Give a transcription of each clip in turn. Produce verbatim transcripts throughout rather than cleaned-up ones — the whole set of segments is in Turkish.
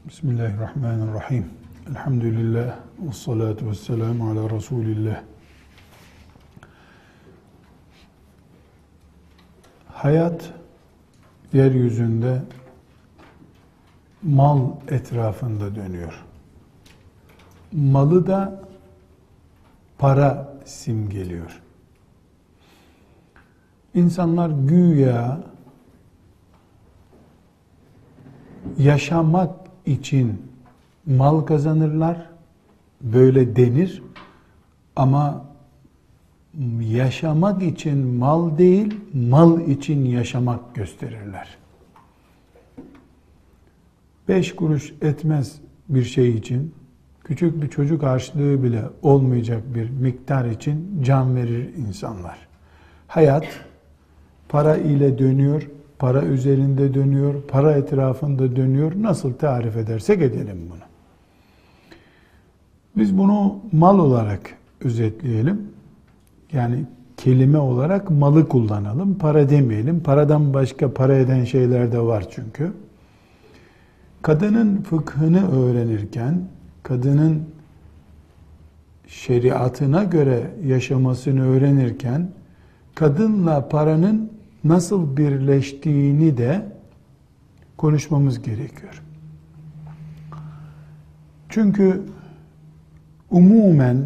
Bismillahirrahmanirrahim. Elhamdülillah ve salatu ve selamu ala Resulillah. Hayat yeryüzünde mal etrafında dönüyor. Malı da para simgeliyor. İnsanlar güya yaşamak için mal kazanırlar, böyle denir, ama yaşamak için mal değil, mal için yaşamak gösterirler. Beş kuruş etmez bir şey için, küçük bir çocuk harçlığı bile olmayacak bir miktar için can verir insanlar. Hayat para ile dönüyor, para üzerinde dönüyor, para etrafında dönüyor. Nasıl tarif edersek edelim bunu. Biz bunu mal olarak özetleyelim. Yani kelime olarak malı kullanalım, para demeyelim. Paradan başka para eden şeyler de var çünkü. Kadının fıkhını öğrenirken, kadının şeriatına göre yaşamasını öğrenirken, kadınla paranın nasıl birleştiğini de konuşmamız gerekiyor. Çünkü umumen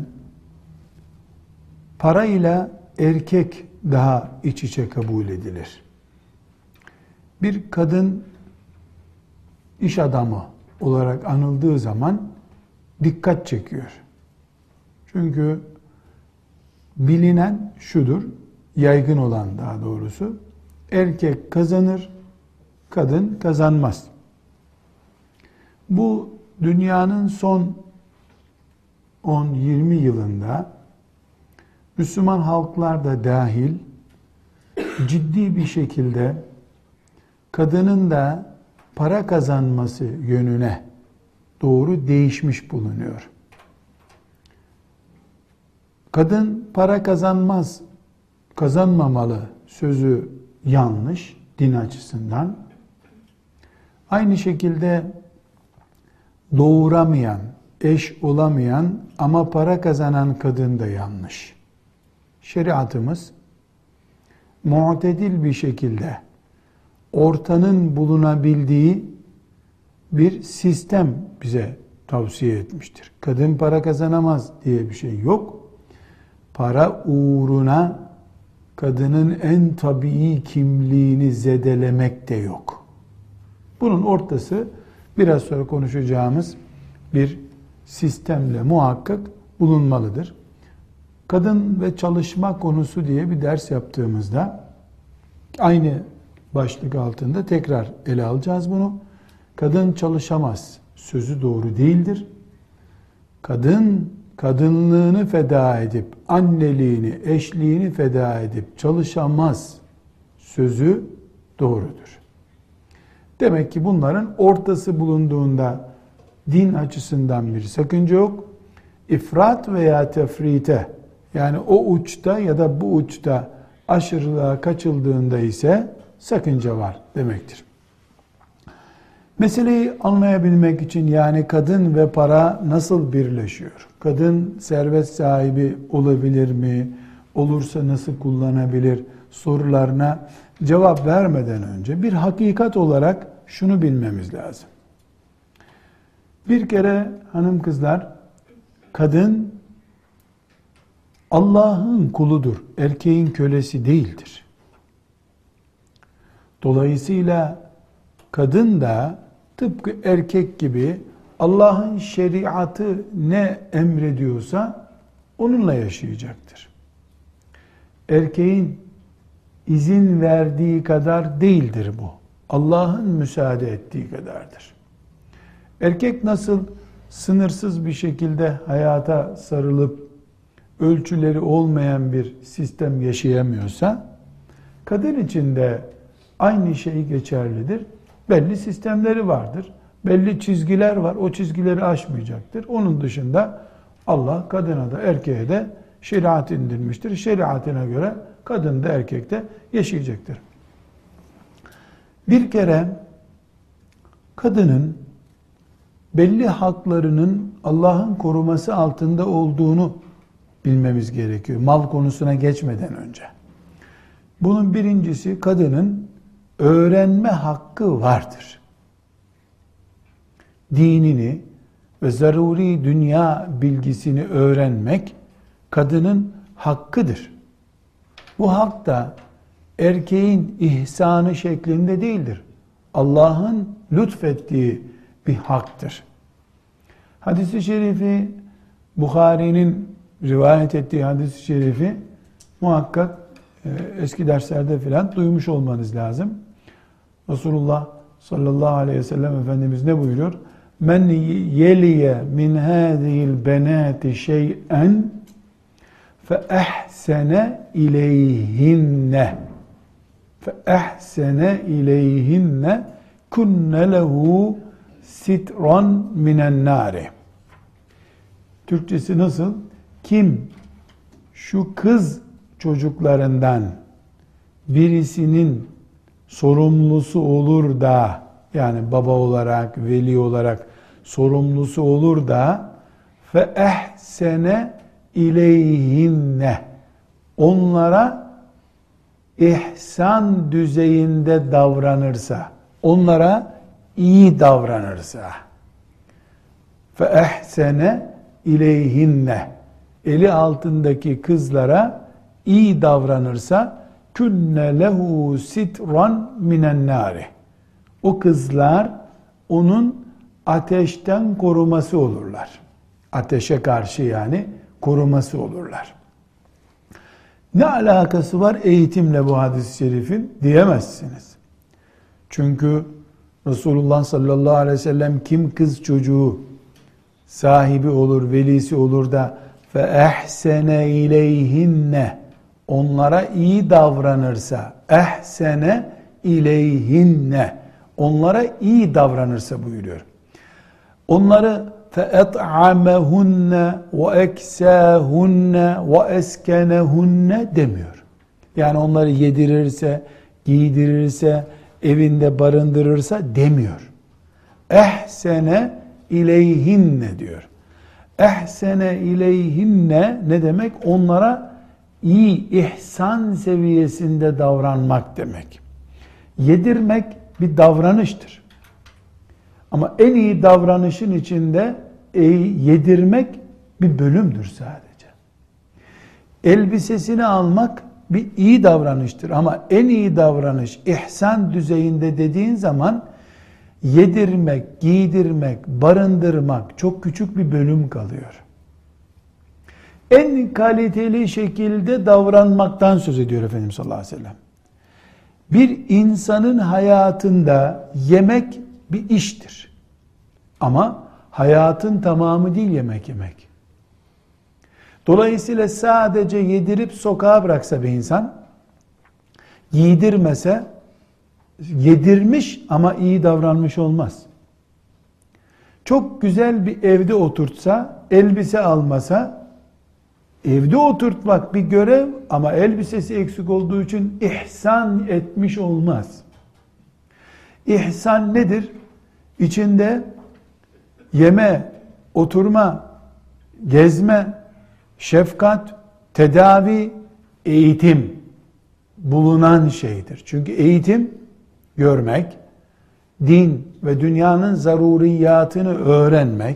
parayla erkek daha iç içe kabul edilir. Bir kadın iş adamı olarak anıldığı zaman dikkat çekiyor. Çünkü bilinen şudur, yaygın olan daha doğrusu, erkek kazanır, kadın kazanmaz. Bu dünyanın son on yirmi yılında Müslüman halklar da dahil ciddi bir şekilde kadının da para kazanması yönüne doğru değişmiş bulunuyor. Kadın para kazanmaz, kazanmamalı sözü yanlış din açısından. Aynı şekilde doğuramayan, eş olamayan ama para kazanan kadın da yanlış. Şeriatımız mu'tedil bir şekilde ortanın bulunabildiği bir sistem bize tavsiye etmiştir. Kadın para kazanamaz diye bir şey yok. Para uğruna kadının en tabii kimliğini zedelemek de yok. Bunun ortası biraz sonra konuşacağımız bir sistemle muhakkak bulunmalıdır. Kadın ve çalışma konusu diye bir ders yaptığımızda aynı başlık altında tekrar ele alacağız bunu. Kadın çalışamaz sözü doğru değildir. Kadın kadınlığını feda edip, anneliğini, eşliğini feda edip çalışamaz sözü doğrudur. Demek ki bunların ortası bulunduğunda din açısından bir sakınca yok. İfrat veya tefrite, yani o uçta ya da bu uçta aşırılığa kaçıldığında ise sakınca var demektir. Meseleyi anlayabilmek için, yani kadın ve para nasıl birleşiyor? Kadın servet sahibi olabilir mi? Olursa nasıl kullanabilir? Sorularına cevap vermeden önce bir hakikat olarak şunu bilmemiz lazım. Bir kere hanım kızlar, kadın Allah'ın kuludur, erkeğin kölesi değildir. Dolayısıyla kadın da tıpkı erkek gibi Allah'ın şeriatı ne emrediyorsa onunla yaşayacaktır. Erkeğin izin verdiği kadar değildir bu. Allah'ın müsaade ettiği kadardır. Erkek nasıl sınırsız bir şekilde hayata sarılıp ölçüleri olmayan bir sistem yaşayamıyorsa, kadın için de aynı şey geçerlidir. Belli sistemleri vardır. Belli çizgiler var. O çizgileri aşmayacaktır. Onun dışında Allah kadına da erkeğe de şeriat indirmiştir. Şeriatına göre kadın da erkek de yaşayacaktır. Bir kere kadının belli haklarının Allah'ın koruması altında olduğunu bilmemiz gerekiyor. Mal konusuna geçmeden önce. Bunun birincisi, kadının öğrenme hakkı vardır. Dinini ve zaruri dünya bilgisini öğrenmek kadının hakkıdır. Bu hak da erkeğin ihsanı şeklinde değildir. Allah'ın lütfettiği bir haktır. Hadis-i şerifi, Bukhari'nin rivayet ettiği hadis-i şerifi muhakkak e, eski derslerde filan duymuş olmanız lazım. Resulullah sallallahu aleyhi ve sellem Efendimiz ne buyuruyor? Men yeliye min hâzihil benâti şey'en fe ehsene ileyhinne fe ehsene ileyhinne kunne lehu sitran minen nâri. Türkçesi nasıl? Kim şu kız çocuklarından birisinin sorumlusu olur da, yani baba olarak, veli olarak sorumlusu olur da fe ehsene ileyhinne, onlara ihsan düzeyinde davranırsa, onlara iyi davranırsa, fe ehsene ileyhinne, eli altındaki kızlara iyi davranırsa, künne lehu sitran minen nari, o kızlar onun ateşten koruması olurlar. Ateşe karşı yani koruması olurlar. Ne alakası var eğitimle bu hadis-i şerifin diyemezsiniz. Çünkü Resulullah sallallahu aleyhi ve sellem kim kız çocuğu sahibi olur, velisi olur da fe ehsene ileyhinne, onlara iyi davranırsa, ehsene ileyhinne, onlara iyi davranırsa buyuruyor. Onları فَاَطْعَمَهُنَّ وَاَكْسَاهُنَّ وَاَسْكَنَهُنَّ demiyor. Yani onları yedirirse, giydirirse, evinde barındırırsa demiyor. Ehsene ileyhinne diyor. Ehsene ileyhinne ne demek? Onlara iyi, ihsan seviyesinde davranmak demek. Yedirmek bir davranıştır. Ama en iyi davranışın içinde e, yedirmek bir bölümdür sadece. Elbisesini almak bir iyi davranıştır. Ama en iyi davranış ihsan düzeyinde dediğin zaman yedirmek, giydirmek, barındırmak çok küçük bir bölüm kalıyor. En kaliteli şekilde davranmaktan söz ediyor Efendimiz sallallahu aleyhi ve sellem. Bir insanın hayatında yemek bir iştir. Ama hayatın tamamı değil yemek yemek. Dolayısıyla sadece yedirip sokağa bıraksa bir insan, giydirmese, yedirmiş ama iyi davranmış olmaz. Çok güzel bir evde oturtsa, elbise almasa, evde oturtmak bir görev ama elbisesi eksik olduğu için ihsan etmiş olmaz. İhsan nedir? İçinde yeme, oturma, gezme, şefkat, tedavi, eğitim bulunan şeydir. Çünkü eğitim görmek, din ve dünyanın zaruriyatını öğrenmek,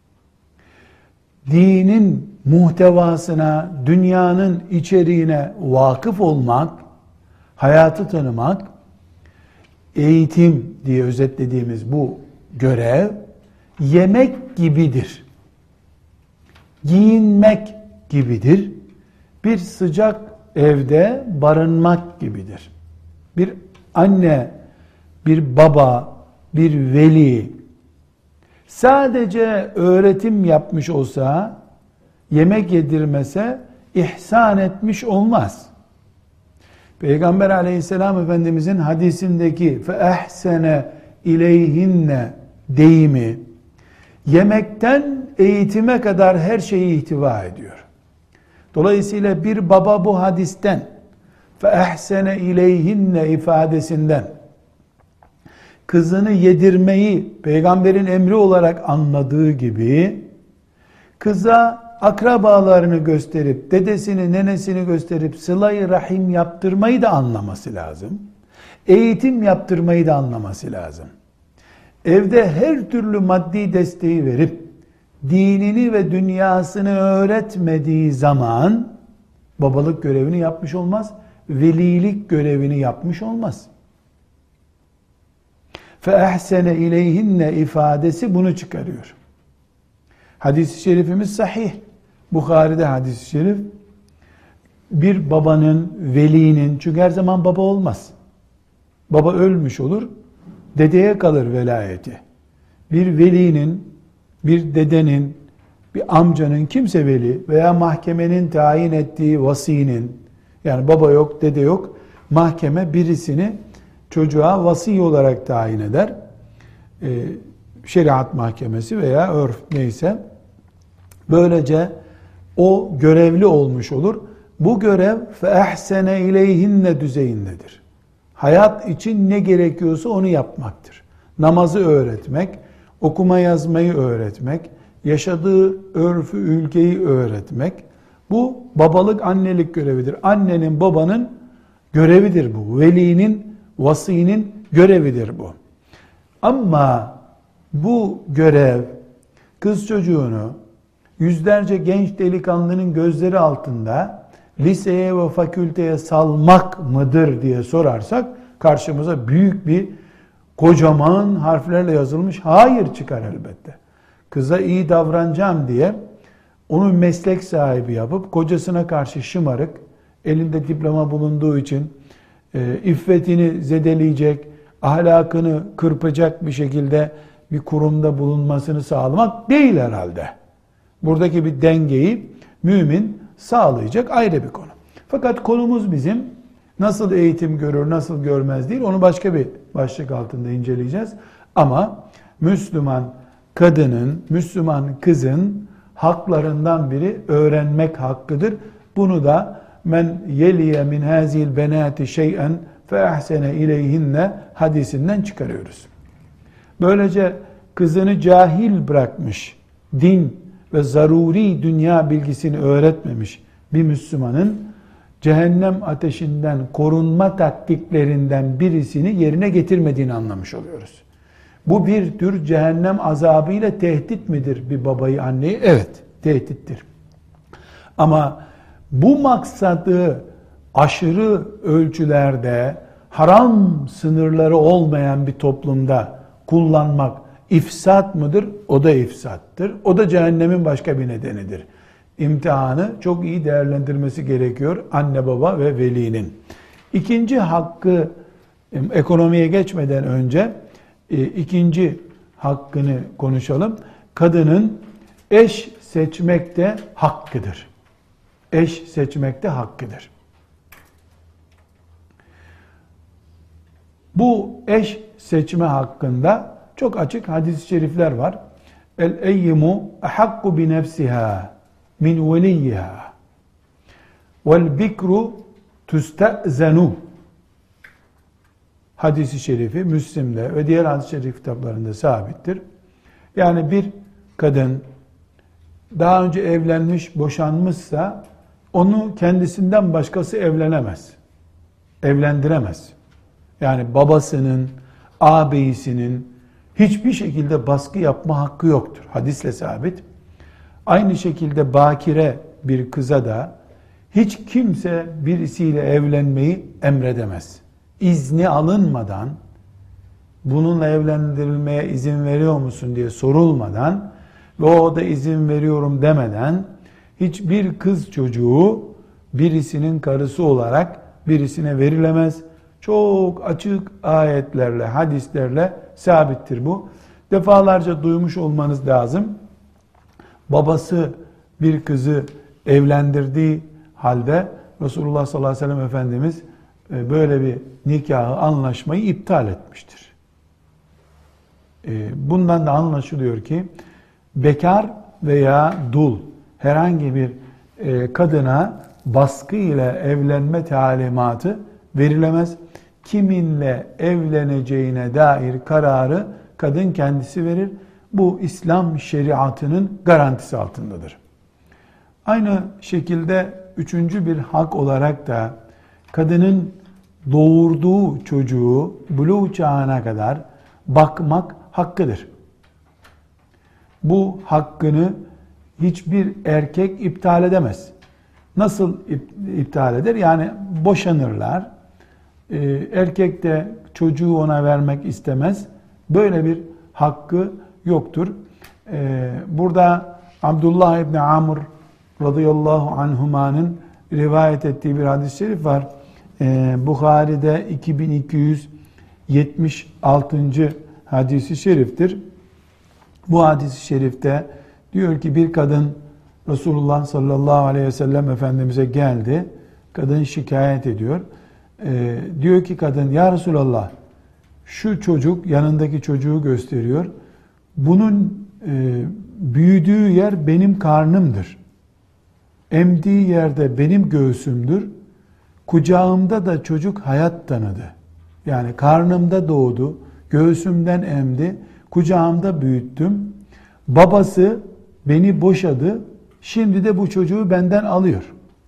dinin muhtevasına, dünyanın içeriğine vakıf olmak, hayatı tanımak, eğitim diye özetlediğimiz bu görev yemek gibidir. Giyinmek gibidir. Bir sıcak evde barınmak gibidir. Bir anne, bir baba, bir veli sadece öğretim yapmış olsa, yemek yedirmese ihsan etmiş olmaz. Peygamber aleyhisselam Efendimizin hadisindeki فَاَحْسَنَ اِلَيْهِنَّ deyimi yemekten eğitime kadar her şeyi ihtiva ediyor. Dolayısıyla bir baba bu hadisten فَاَحْسَنَ اِلَيْهِنَّ ifadesinden kızını yedirmeyi peygamberin emri olarak anladığı gibi, kıza akrabalarını gösterip, dedesini, nenesini gösterip sıla-i rahim yaptırmayı da anlaması lazım. Eğitim yaptırmayı da anlaması lazım. Evde her türlü maddi desteği verip, dinini ve dünyasını öğretmediği zaman, babalık görevini yapmış olmaz, velilik görevini yapmış olmaz. فَاَحْسَنَ اِلَيْهِنَّ ifadesi bunu çıkarıyor. Hadis-i şerifimiz sahih. Bukhari'de hadis-i şerif, bir babanın, velinin, çünkü her zaman baba olmaz. Baba ölmüş olur, dedeye kalır velayeti. Bir velinin, bir dedenin, bir amcanın, kimse veli veya mahkemenin tayin ettiği vasinin, yani baba yok, dede yok, mahkeme birisini çocuğa vasi olarak tayin eder. Ee, şeriat mahkemesi veya örf neyse. Böylece o görevli olmuş olur. Bu görev فَاَحْسَنَ اِلَيْهِنَّ düzeyindedir. Hayat için ne gerekiyorsa onu yapmaktır. Namazı öğretmek, okuma yazmayı öğretmek, yaşadığı örfü, ülkeyi öğretmek, bu babalık, annelik görevidir. Annenin, babanın görevidir bu. Velinin, vasinin görevidir bu. Ama bu görev kız çocuğunu yüzlerce genç delikanlının gözleri altında liseye ve fakülteye salmak mıdır diye sorarsak karşımıza büyük bir kocaman harflerle yazılmış hayır çıkar elbette. Kıza iyi davranacağım diye onu meslek sahibi yapıp kocasına karşı şımarık, elinde diploma bulunduğu için e, iffetini zedeleyecek, ahlakını kırpacak bir şekilde bir kurumda bulunmasını sağlamak değil herhalde. Buradaki bir dengeyi mümin sağlayacak ayrı bir konu. Fakat konumuz bizim nasıl eğitim görür, nasıl görmez değil. Onu başka bir başlık altında inceleyeceğiz. Ama Müslüman kadının, Müslüman kızın haklarından biri öğrenmek hakkıdır. Bunu da men yeliye min hazil benati şey'en fe ahsene ileyhinne hadisinden çıkarıyoruz. Böylece kızını cahil bırakmış, din ve zaruri dünya bilgisini öğretmemiş bir Müslümanın cehennem ateşinden korunma taktiklerinden birisini yerine getirmediğini anlamış oluyoruz. Bu bir tür cehennem azabıyla tehdit midir bir babayı, anneyi? Evet, tehdittir. Ama bu maksadı aşırı ölçülerde haram sınırları olmayan bir toplumda kullanmak ifsat mıdır? O da ifsattır. O da cehennemin başka bir nedenidir. İmtihanı çok iyi değerlendirmesi gerekiyor anne baba ve velinin. İkinci hakkı, ekonomiye geçmeden önce ikinci hakkını konuşalım. Kadının eş seçmekte hakkıdır. Eş seçmekte hakkıdır. Bu eş seçme hakkında çok açık hadis-i şerifler var. El-eyyimu ahakku bi nefsiha min veliyha vel bikru tusta'zenu hadis-i şerifi Müslim'de ve diğer hadis-i şerif kitaplarında sabittir. Yani bir kadın daha önce evlenmiş, boşanmışsa onu kendisinden başkası evlenemez. Evlendiremez. Yani babasının, ağabeyisinin hiçbir şekilde baskı yapma hakkı yoktur. Hadisle sabit. Aynı şekilde bakire bir kıza da hiç kimse birisiyle evlenmeyi emredemez. İzni alınmadan, bununla evlendirilmeye izin veriyor musun diye sorulmadan ve o da izin veriyorum demeden hiçbir kız çocuğu birisinin karısı olarak birisine verilemez. Çok açık ayetlerle, hadislerle sabittir bu. Defalarca duymuş olmanız lazım. Babası bir kızı evlendirdiği halde Resulullah sallallahu aleyhi ve sellem Efendimiz böyle bir nikahı, anlaşmayı iptal etmiştir. Bundan da anlaşılıyor ki bekar veya dul herhangi bir kadına baskı ile evlenme talimatı verilemez. kiminle evleneceğine dair kararı kadın kendisi verir. Bu İslam şeriatının garantisi altındadır. Aynı şekilde üçüncü bir hak olarak da kadının doğurduğu çocuğu buluğ çağına kadar bakmak hakkıdır. Bu hakkını hiçbir erkek iptal edemez. Nasıl iptal eder? Yani boşanırlar. Ee, erkek de çocuğu ona vermek istemez. Böyle bir hakkı yoktur. Ee, burada Abdullah İbni Amr radıyallahu anhumanın rivayet ettiği bir hadis-i şerif var. Ee, Bukhari'de iki bin iki yüz yetmiş altıncı hadis-i şeriftir. Bu hadis-i şerifte diyor ki bir kadın Resulullah sallallahu aleyhi ve sellem Efendimiz'e geldi. Kadın şikayet ediyor. Ee, diyor ki kadın, ya Resulallah, şu çocuk, yanındaki çocuğu gösteriyor. Bunun e, büyüdüğü yer benim karnımdır. Emdiği yerde benim göğsümdür. Kucağımda da çocuk hayat tanıdı. Yani karnımda doğdu, göğsümden emdi, kucağımda büyüttüm. Babası beni boşadı, şimdi de bu çocuğu benden alıyor.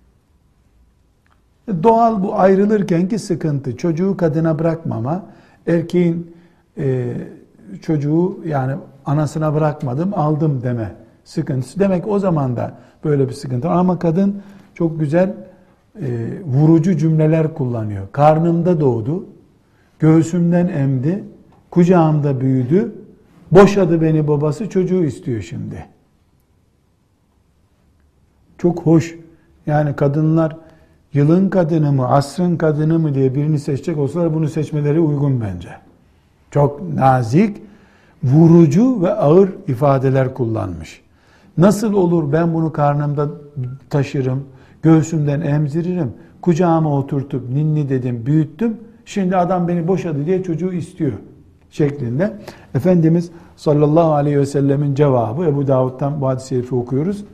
Doğal bu ayrılırkenki sıkıntı. Çocuğu kadına bırakmama, erkeğin e, çocuğu yani anasına bırakmadım, aldım deme sıkıntısı. Demek o zaman da böyle bir sıkıntı var. Ama kadın çok güzel e, vurucu cümleler kullanıyor. Karnımda doğdu, göğsümden emdi, kucağımda büyüdü, boşadı beni babası, çocuğu istiyor şimdi. Çok hoş. Yani kadınlar yılın kadını mı, asrın kadını mı diye birini seçecek olsalar bunu seçmeleri uygun bence. Çok nazik, vurucu ve ağır ifadeler kullanmış. Nasıl olur ben bunu karnımda taşırım, göğsümden emziririm, kucağıma oturtup ninni dedim, büyüttüm, şimdi adam beni boşadı diye çocuğu istiyor şeklinde. Efendimiz sallallahu aleyhi ve sellemin cevabı, Ebu Davud'dan bu hadis-i şerifi okuyoruz.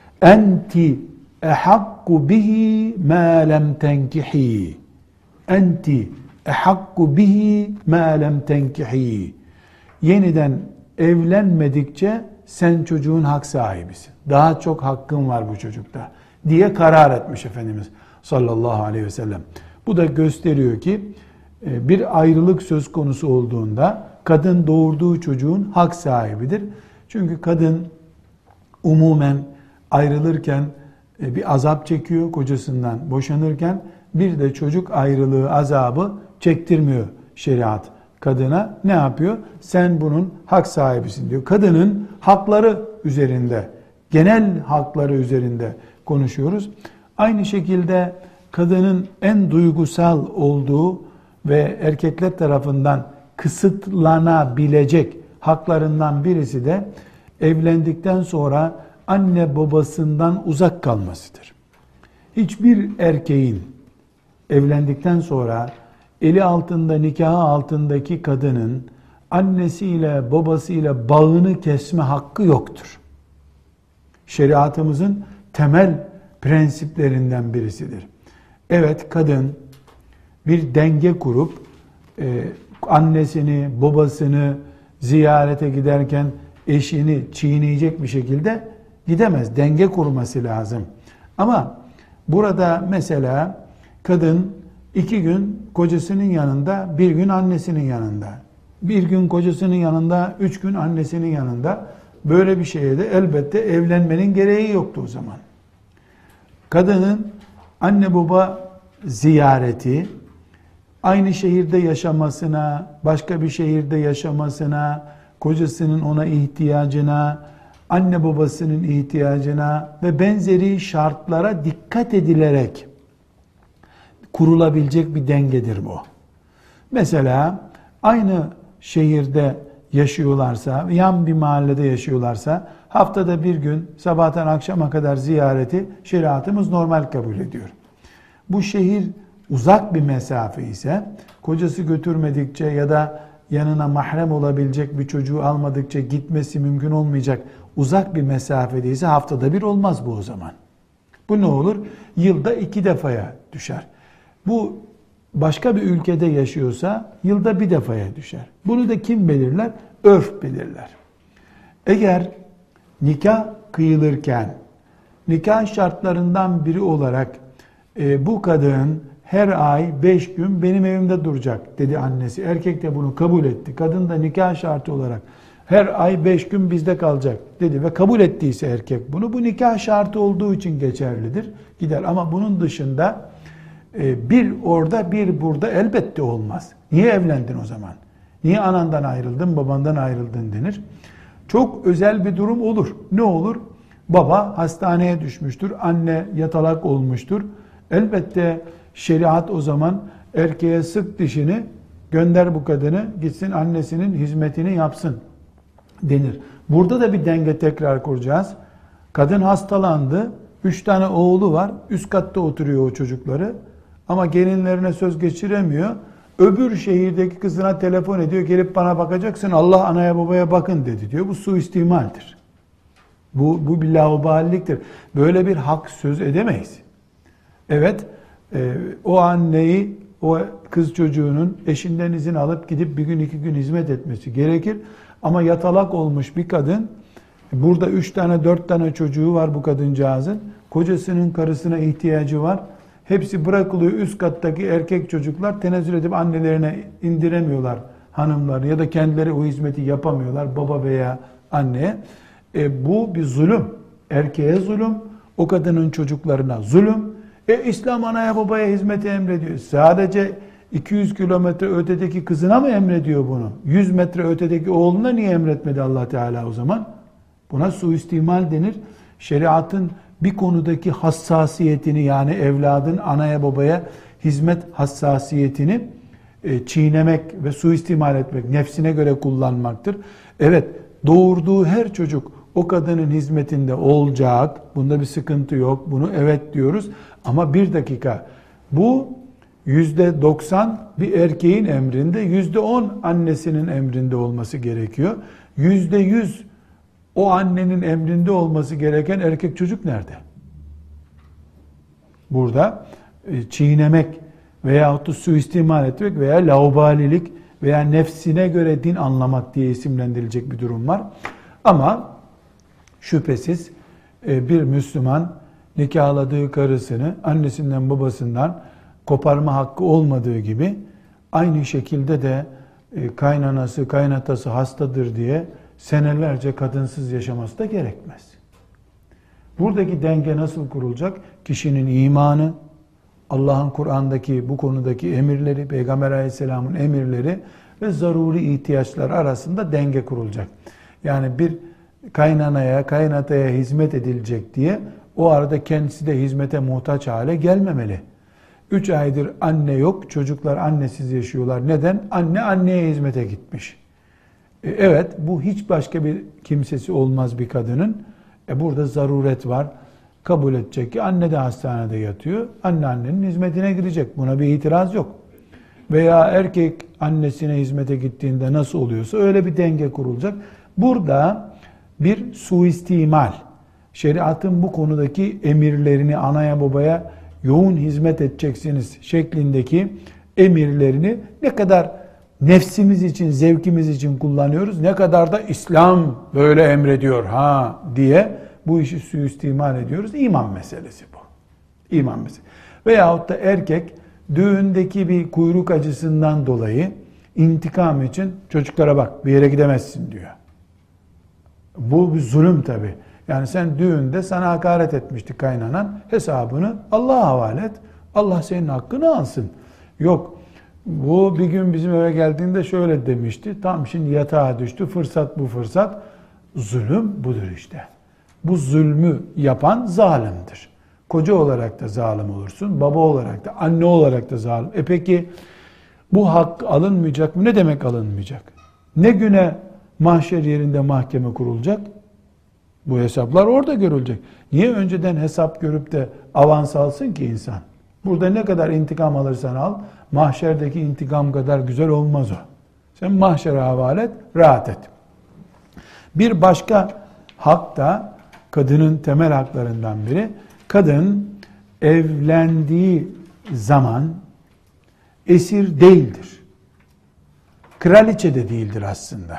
Enti ehakku bihi ma lem tenkihi. Enti ehakku bihi ma lem tenkihi. Yeniden evlenmedikçe sen çocuğun hak sahibisin. Daha çok hakkın var bu çocukta diye karar etmiş Efendimiz sallallahu aleyhi ve sellem. Bu da gösteriyor ki bir ayrılık söz konusu olduğunda kadın doğurduğu çocuğun hak sahibidir. Çünkü kadın umumen ayrılırken bir azap çekiyor kocasından boşanırken, bir de çocuk ayrılığı azabı çektirmiyor şeriat kadına. Ne yapıyor? Sen bunun hak sahibisin diyor. Kadının hakları üzerinde, genel hakları üzerinde konuşuyoruz. Aynı şekilde kadının en duygusal olduğu ve erkekler tarafından kısıtlanabilecek haklarından birisi de evlendikten sonra anne babasından uzak kalmasıdır. Hiçbir erkeğin evlendikten sonra eli altında, nikahı altındaki kadının annesiyle babasıyla bağını kesme hakkı yoktur. Şeriatımızın temel prensiplerinden birisidir. Evet, kadın bir denge kurup e, annesini, babasını ziyarete giderken eşini çiğneyecek bir şekilde gidemez. Denge kurması lazım. Ama burada mesela kadın iki gün kocasının yanında, bir gün annesinin yanında. Bir gün kocasının yanında, üç gün annesinin yanında. Böyle bir şeye de elbette evlenmenin gereği yoktu o zaman. Kadının anne baba ziyareti, aynı şehirde yaşamasına, başka bir şehirde yaşamasına, kocasının ona ihtiyacına, anne babasının ihtiyacına ve benzeri şartlara dikkat edilerek kurulabilecek bir dengedir bu. Mesela aynı şehirde yaşıyorlarsa, yan bir mahallede yaşıyorlarsa haftada bir gün sabahtan akşama kadar ziyareti şeriatımız normal kabul ediyor. Bu şehir uzak bir mesafe ise kocası götürmedikçe ya da yanına mahrem olabilecek bir çocuğu almadıkça gitmesi mümkün olmayacak uzak bir mesafedeyse haftada bir olmaz bu o zaman. Bu ne olur? Yılda iki defaya düşer. Bu başka bir ülkede yaşıyorsa yılda bir defaya düşer. Bunu da kim belirler? Örf belirler. Eğer nikah kıyılırken nikah şartlarından biri olarak e, bu kadın her ay beş gün benim evimde duracak dedi annesi. Erkek de bunu kabul etti. Kadın da nikah şartı olarak her ay beş gün bizde kalacak dedi ve kabul ettiyse erkek bunu, bu nikah şartı olduğu için geçerlidir. Gider ama bunun dışında e, bir orada bir burada elbette olmaz. Niye evlendin o zaman? Niye anandan ayrıldın, babandan ayrıldın denir. Çok özel bir durum olur. Ne olur? Baba hastaneye düşmüştür, anne yatalak olmuştur. Elbette şeriat o zaman erkeğe sık dişini, gönder bu kadını, gitsin annesinin hizmetini yapsın denir. Burada da bir denge tekrar kuracağız. Kadın hastalandı, üç tane oğlu var, üst katta oturuyor o çocukları ama gelinlerine söz geçiremiyor. Öbür şehirdeki kızına telefon ediyor, gelip bana bakacaksın, Allah anaya babaya bakın dedi diyor. Bu suistimaldir. Bu, bu bir laubaliliktir. Böyle bir hak söz edemeyiz. Evet, e, o anneyi, o kız çocuğunun eşinden izin alıp gidip bir gün iki gün hizmet etmesi gerekir. Ama yatalak olmuş bir kadın, burada üç tane dört tane çocuğu var bu kadıncağızın, kocasının karısına ihtiyacı var. Hepsi bırakılıyor, üst kattaki erkek çocuklar tenezzül edip annelerine indiremiyorlar hanımlar ya da kendileri o hizmeti yapamıyorlar baba veya anneye. E, bu bir zulüm. Erkeğe zulüm, o kadının çocuklarına zulüm. E, İslam anaya babaya hizmeti emrediyor. Sadece iki yüz kilometre ötedeki kızına mı emrediyor bunu? yüz metre ötedeki oğluna niye emretmedi Allah Teala o zaman? Buna suistimal denir. Şeriatın bir konudaki hassasiyetini, yani evladın anaya babaya hizmet hassasiyetini e, çiğnemek ve suistimal etmek, nefsine göre kullanmaktır. Evet, doğurduğu her çocuk o kadının hizmetinde olacak. Bunda bir sıkıntı yok. Bunu evet diyoruz. Ama bir dakika, bu yüzde doksan bir erkeğin emrinde, yüzde on annesinin emrinde olması gerekiyor. Yüzde yüz o annenin emrinde olması gereken erkek çocuk nerede? Burada çiğnemek veyahut da suistimal etmek veya laubalilik veya nefsine göre din anlamak diye isimlendirilecek bir durum var. Ama şüphesiz bir Müslüman nikahladığı karısını annesinden babasından koparma hakkı olmadığı gibi aynı şekilde de kaynanası kaynatası hastadır diye senelerce kadınsız yaşaması da gerekmez. Buradaki denge nasıl kurulacak? Kişinin imanı, Allah'ın Kur'an'daki bu konudaki emirleri, Peygamber Aleyhisselam'ın emirleri ve zaruri ihtiyaçlar arasında denge kurulacak. Yani bir kaynanaya, kaynataya hizmet edilecek diye o arada kendisi de hizmete muhtaç hale gelmemeli. Üç aydır anne yok, çocuklar annesiz yaşıyorlar. Neden? Anne anneye hizmete gitmiş. E, evet, bu hiç başka bir kimsesi olmaz bir kadının. E, burada zaruret var. Kabul edecek ki anne de hastanede yatıyor. Anne annenin hizmetine girecek. Buna bir itiraz yok. Veya erkek annesine hizmete gittiğinde nasıl oluyorsa öyle bir denge kurulacak. Burada bir suistimal, şeriatın bu konudaki emirlerini anaya babaya yoğun hizmet edeceksiniz şeklindeki emirlerini ne kadar nefsimiz için, zevkimiz için kullanıyoruz, ne kadar da İslam böyle emrediyor ha diye bu işi suistimal ediyoruz. İman meselesi bu. İman meselesi. Veyahut da erkek düğündeki bir kuyruk acısından dolayı intikam için çocuklara bak bir yere gidemezsin diyor. Bu bir zulüm tabi. Yani sen düğünde sana hakaret etmişti kaynanan, hesabını Allah'a havale et. Allah senin hakkını alsın. Yok, bu bir gün bizim eve geldiğinde şöyle demişti. Tam şimdi yatağa düştü. Fırsat bu fırsat. Zulüm budur işte. Bu zulmü yapan zalimdir. Koca olarak da zalim olursun. Baba olarak da, anne olarak da zalim. E peki bu hak alınmayacak mı? Ne demek alınmayacak? Ne güne mahşer yerinde mahkeme kurulacak? Bu hesaplar orada görülecek. Niye önceden hesap görüp de avans alsın ki insan? Burada ne kadar intikam alırsan al, mahşerdeki intikam kadar güzel olmaz o. Sen mahşere havale et, rahat et. Bir başka hak da kadının temel haklarından biri. Kadın evlendiği zaman esir değildir. Kraliçe de değildir aslında.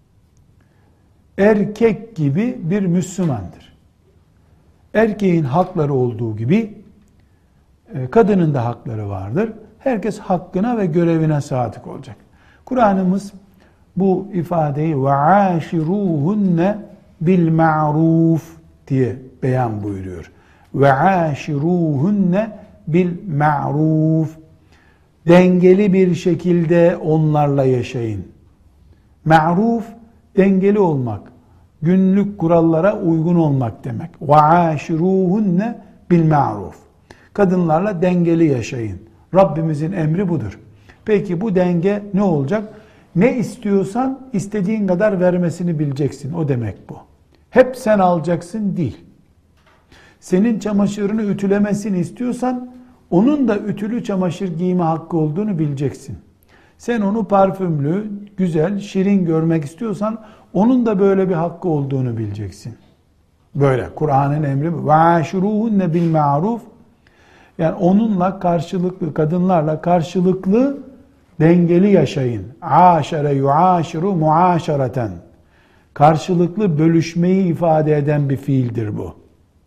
Erkek gibi bir Müslümandır. Erkeğin hakları olduğu gibi kadının da hakları vardır. Herkes hakkına ve görevine sadık olacak. Kur'an'ımız bu ifadeyi وَعَاشِرُوهُنَّ بِالْمَعْرُوفِ diye beyan buyuruyor. وَعَاشِرُوهُنَّ بِالْمَعْرُوفِ Dengeli bir şekilde onlarla yaşayın. Ma'ruf, dengeli olmak, günlük kurallara uygun olmak demek. وَعَاشِرُوهُنَّ بِالْمَعْرُوفِ Kadınlarla dengeli yaşayın. Rabbimizin emri budur. Peki bu denge ne olacak? Ne istiyorsan istediğin kadar vermesini bileceksin. O demek bu. Hep sen alacaksın değil. Senin çamaşırını ütülemesini istiyorsan onun da ütülü çamaşır giyme hakkı olduğunu bileceksin. Sen onu parfümlü, güzel, şirin görmek istiyorsan onun da böyle bir hakkı olduğunu bileceksin. Böyle. Kur'an'ın emri bu. وَعَاشِرُوهُنَّ بِالْمَعْرُوفِ Yani onunla karşılıklı, kadınlarla karşılıklı dengeli yaşayın. Aşere yuaşiru muaşereten. Karşılıklı bölüşmeyi ifade eden bir fiildir bu.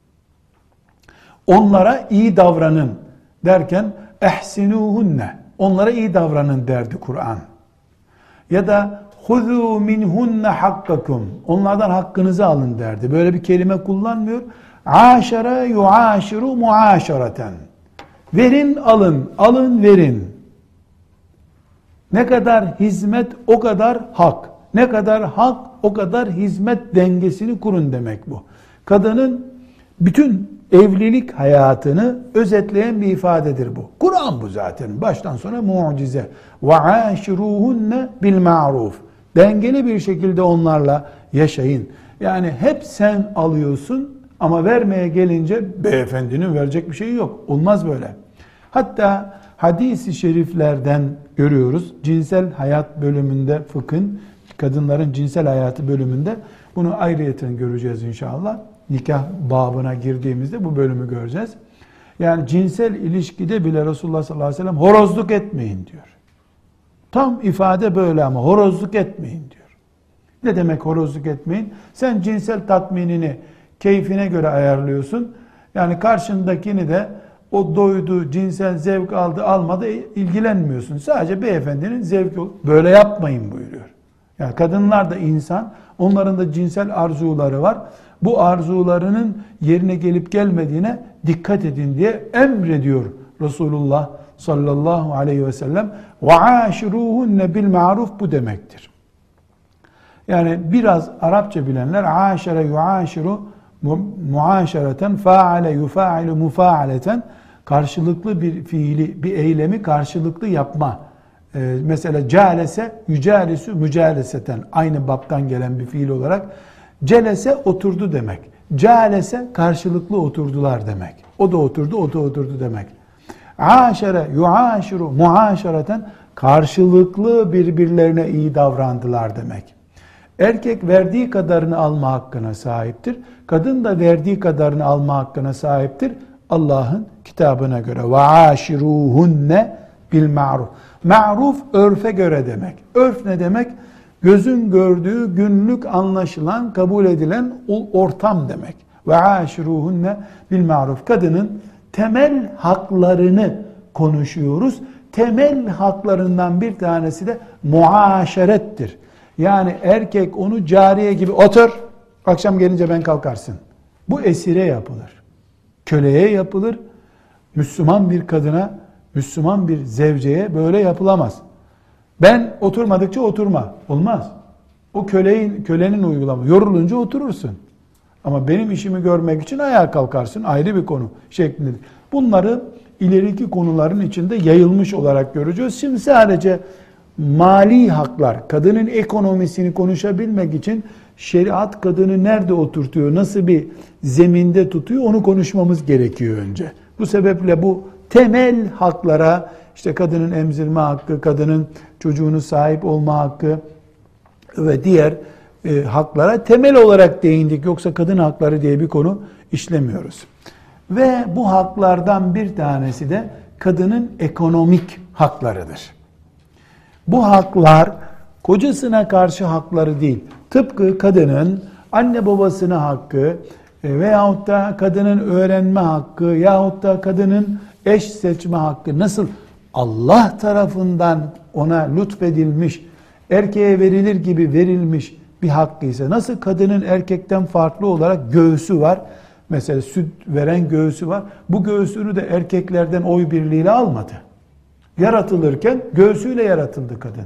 Onlara iyi davranın derken ehsinuhunne. Onlara iyi davranın derdi Kur'an. Ya da huzu minhunne hakkakum. Onlardan hakkınızı alın derdi. Böyle bir kelime kullanmıyor. Aşere yuaşiru muaşereten. Verin alın, alın verin. Ne kadar hizmet o kadar hak. Ne kadar hak o kadar hizmet dengesini kurun demek bu. Kadının bütün evlilik hayatını özetleyen bir ifadedir bu. Kur'an bu zaten. Baştan sona mucize. وَعَاشِرُوهُنَّ بِالْمَعْرُوفِ Dengeli bir şekilde onlarla yaşayın. Yani hep sen alıyorsun ama vermeye gelince beyefendinin verecek bir şey yok. Olmaz böyle. Hatta hadis-i şeriflerden görüyoruz. Cinsel hayat bölümünde fıkhın, kadınların cinsel hayatı bölümünde bunu ayrıyeten göreceğiz inşallah. Nikah babına girdiğimizde bu bölümü göreceğiz. Yani cinsel ilişkide bile Resulullah sallallahu aleyhi ve sellem horozluk etmeyin diyor. Tam ifade böyle ama horozluk etmeyin diyor. Ne demek horozluk etmeyin? Sen cinsel tatminini keyfine göre ayarlıyorsun. Yani karşındakini de o doydu, cinsel zevk aldı, almadı ilgilenmiyorsun. Sadece beyefendinin zevki böyle yapmayın buyuruyor. Yani kadınlar da insan, onların da cinsel arzuları var. Bu arzularının yerine gelip gelmediğine dikkat edin diye emrediyor Resulullah sallallahu aleyhi ve sellem. وَعَاشِرُوهُنَّ بِالْمَعْرُوفِ bu demektir. Yani biraz Arapça bilenler aşere yuaşiru muaşereten faale yufa'ilu mufaaleten karşılıklı bir fiili, bir eylemi karşılıklı yapma. Ee, mesela calese yücalisu mücaleseten aynı baptan gelen bir fiil olarak celese oturdu demek. Calese karşılıklı oturdular demek. O da oturdu, o da oturdu demek. Aşere yuaşiru muaşereten karşılıklı birbirlerine iyi davrandılar demek. Erkek verdiği kadarını alma hakkına sahiptir. Kadın da verdiği kadarını alma hakkına sahiptir. Allah'ın kitabına göre. وَعَاشِرُوهُنَّ بِالْمَعْرُوفِ Ma'ruf örfe göre demek. Örf ne demek? Gözün gördüğü, günlük anlaşılan, kabul edilen ortam demek. وَعَاشِرُوهُنَّ بِالْمَعْرُوفِ Kadının temel haklarını konuşuyoruz. Temel haklarından bir tanesi de muaşerettir. Yani erkek onu cariye gibi otur, akşam gelince ben kalkarsın. Bu esire yapılır. Köleye yapılır. Müslüman bir kadına, Müslüman bir zevceye böyle yapılamaz. Ben oturmadıkça oturma. Olmaz. O kölenin, kölenin uygulaması. Yorulunca oturursun. Ama benim işimi görmek için ayağa kalkarsın. Ayrı bir konu şeklinde. Bunları ileriki konuların içinde yayılmış olarak göreceğiz. Şimdi sadece mali haklar, kadının ekonomisini konuşabilmek için şeriat kadını nerede oturtuyor, nasıl bir zeminde tutuyor onu konuşmamız gerekiyor önce. Bu sebeple bu temel haklara, işte kadının emzirme hakkı, kadının çocuğunu sahip olma hakkı ve diğer e, haklara temel olarak değindik. Yoksa kadın hakları diye bir konu işlemiyoruz. Ve bu haklardan bir tanesi de kadının ekonomik haklarıdır. Bu haklar kocasına karşı hakları değil. Tıpkı kadının anne babasına hakkı e, veyahut da kadının öğrenme hakkı yahut da kadının eş seçme hakkı nasıl Allah tarafından ona lütfedilmiş, erkeğe verilir gibi verilmiş bir hakkı ise, nasıl kadının erkekten farklı olarak göğsü var, mesela süt veren göğsü var, bu göğsünü de erkeklerden oy birliğiyle almadı. Yaratılırken göğsüyle yaratıldı kadın.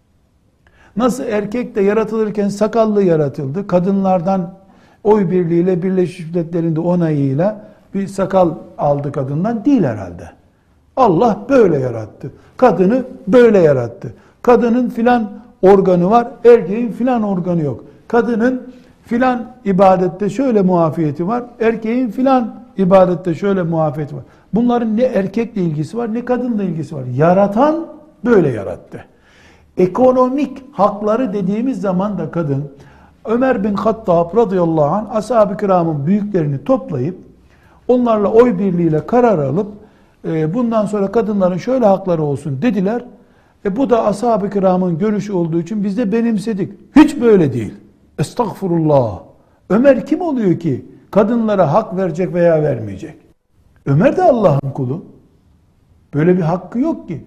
Nasıl erkek de yaratılırken sakallı yaratıldı, kadınlardan oy birliğiyle Birleşmiş Milletler'in de onayıyla bir sakal aldı kadından, değil herhalde. Allah böyle yarattı. Kadını böyle yarattı. Kadının filan organı var, erkeğin filan organı yok. Kadının filan ibadette şöyle muafiyeti var, erkeğin filan ibadette şöyle muafiyeti var. Bunların ne erkekle ilgisi var, ne kadınla ilgisi var. Yaratan böyle yarattı. Ekonomik hakları dediğimiz zaman da kadın, Ömer bin Hattab radıyallahu anh ashab-ı kiramın büyüklerini toplayıp onlarla oy birliğiyle karar alıp e, bundan sonra kadınların şöyle hakları olsun dediler. E, bu da ashab-ı kiramın görüşü olduğu için biz de benimsedik. Hiç böyle değil. Estağfurullah. Ömer kim oluyor ki kadınlara hak verecek veya vermeyecek? Ömer de Allah'ın kulu. Böyle bir hakkı yok ki.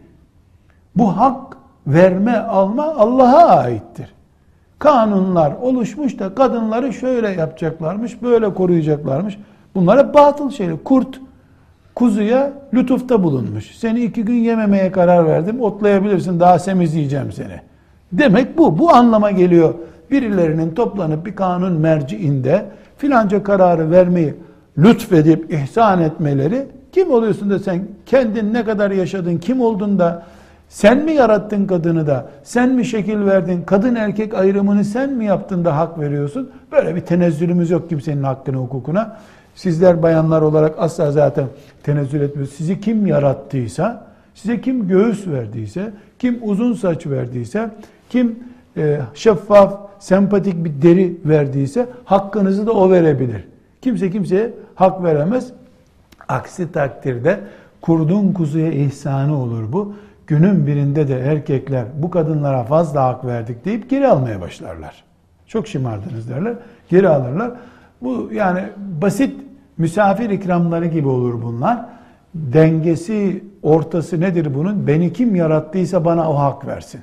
Bu hak verme alma Allah'a aittir. Kanunlar oluşmuş da kadınları şöyle yapacaklarmış, böyle koruyacaklarmış. Bunlar hep batıl şeyler. Kurt kuzuya lütufta bulunmuş. Seni iki gün yememeye karar verdim, otlayabilirsin, daha semizleyeceğim seni. Demek bu. Bu anlama geliyor. Birilerinin toplanıp bir kanun merciinde filanca kararı vermeyi lütfedip ihsan etmeleri, kim oluyorsun da sen kendin ne kadar yaşadın, kim oldun da sen mi yarattın kadını da, sen mi şekil verdin, kadın erkek ayrımını sen mi yaptın da hak veriyorsun? Böyle bir tenezzülümüz yok kimsenin hakkına, hukukuna. Sizler bayanlar olarak asla zaten tenezzül etmiyorsunuz. Sizi kim yarattıysa, size kim göğüs verdiyse, kim uzun saç verdiyse, kim e, şeffaf, sempatik bir deri verdiyse hakkınızı da o verebilir. Kimse kimseye hak veremez. Aksi takdirde kurdun kuzuya ihsanı olur bu. Günün birinde de erkekler bu kadınlara fazla hak verdik deyip geri almaya başlarlar. Çok şımardınız derler. Geri alırlar. Bu yani basit misafir ikramları gibi olur bunlar. Dengesi, ortası nedir bunun? Beni kim yarattıysa bana o hak versin.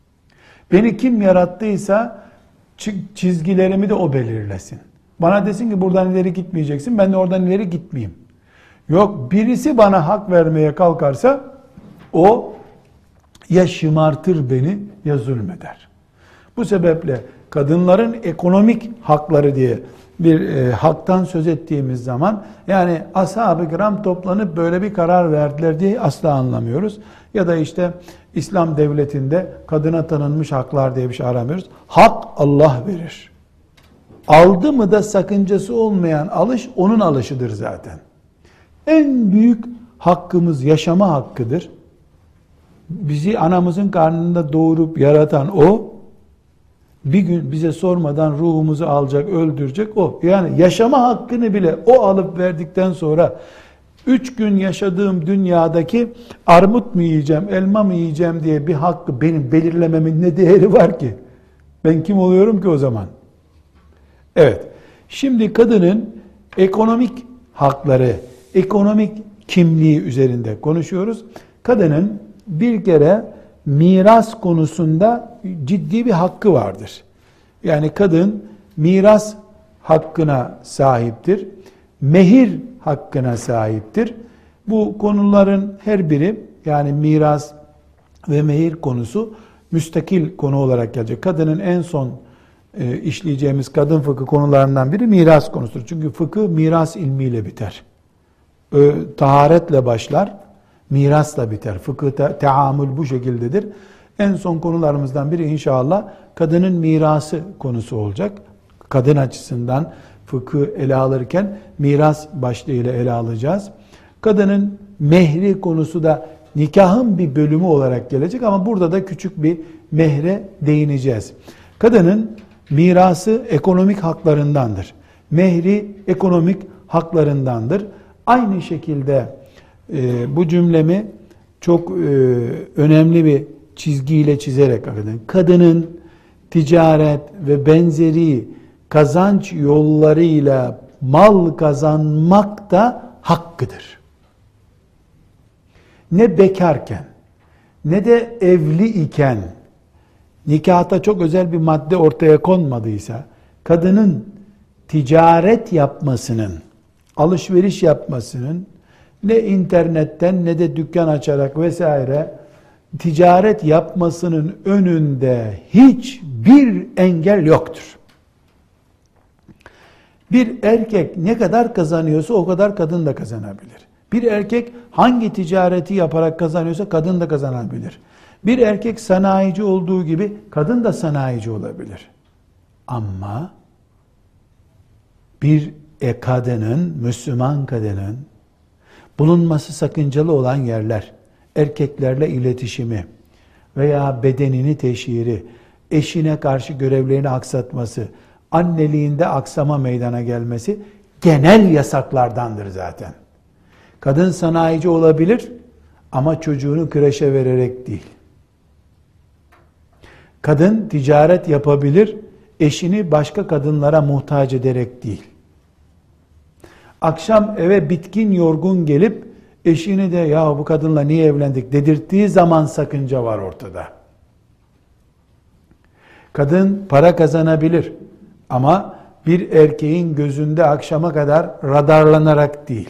Beni kim yarattıysa çizgilerimi de o belirlesin. Bana desin ki buradan ileri gitmeyeceksin, ben de oradan ileri gitmeyeyim. Yok, birisi bana hak vermeye kalkarsa o ya şımartır beni ya zulmeder. Bu sebeple kadınların ekonomik hakları diye bir e, haktan söz ettiğimiz zaman, yani ashab-ı kiram toplanıp böyle bir karar verdiler diye asla anlamıyoruz. Ya da işte İslam devletinde kadına tanınmış haklar diye bir şey aramıyoruz. Hak Allah verir. Aldı mı da sakıncası olmayan alış onun alışıdır zaten. En büyük hakkımız yaşama hakkıdır. Bizi anamızın karnında doğurup yaratan o, bir gün bize sormadan ruhumuzu alacak, öldürecek o. Yani yaşama hakkını bile o alıp verdikten sonra, üç gün yaşadığım dünyadaki armut mu yiyeceğim, elma mı yiyeceğim diye bir hakkı benim belirlememin ne değeri var ki? Ben kim oluyorum ki o zaman? Evet, şimdi kadının ekonomik hakları, ekonomik kimliği üzerinde konuşuyoruz. Kadının bir kere miras konusunda ciddi bir hakkı vardır. Yani kadın miras hakkına sahiptir. Mehir hakkına sahiptir. Bu konuların her biri, yani miras ve mehir konusu müstakil konu olarak gelecek. Kadının en son e, işleyeceğimiz kadın fıkıh konularından biri miras konusudur. Çünkü fıkıh miras ilmiyle biter. Ö, taharetle başlar, mirasla biter. Fıkıhta teamül bu şekildedir. En son konularımızdan biri inşallah kadının mirası konusu olacak. Kadın açısından fıkıh ele alırken miras başlığıyla ele alacağız. Kadının mehri konusu da nikahın bir bölümü olarak gelecek ama burada da küçük bir mehre değineceğiz. Kadının mirası ekonomik haklarındandır. Mehri ekonomik haklarındandır. Aynı şekilde e, bu cümlemi çok e, önemli bir çizgiyle çizerek akıdın. Kadının ticaret ve benzeri kazanç yollarıyla mal kazanmak da hakkıdır. Ne bekarken ne de evli iken nikahta çok özel bir madde ortaya konmadıysa kadının ticaret yapmasının, alışveriş yapmasının ne internetten ne de dükkan açarak vesaire ticaret yapmasının önünde hiçbir engel yoktur. Bir erkek ne kadar kazanıyorsa o kadar kadın da kazanabilir. Bir erkek hangi ticareti yaparak kazanıyorsa kadın da kazanabilir. Bir erkek sanayici olduğu gibi kadın da sanayici olabilir. Ama bir e kadının, Müslüman kadının bulunması sakıncalı olan yerler, erkeklerle iletişimi veya bedenini teşhiri, eşine karşı görevlerini aksatması, anneliğinde aksama meydana gelmesi genel yasaklardandır zaten. Kadın sanayici olabilir ama çocuğunu kreşe vererek değil. Kadın ticaret yapabilir, eşini başka kadınlara muhtaç ederek değil. Akşam eve bitkin yorgun gelip eşini de ya bu kadınla niye evlendik dedirttiği zaman sakınca var ortada. Kadın para kazanabilir ama bir erkeğin gözünde akşama kadar radarlanarak değil.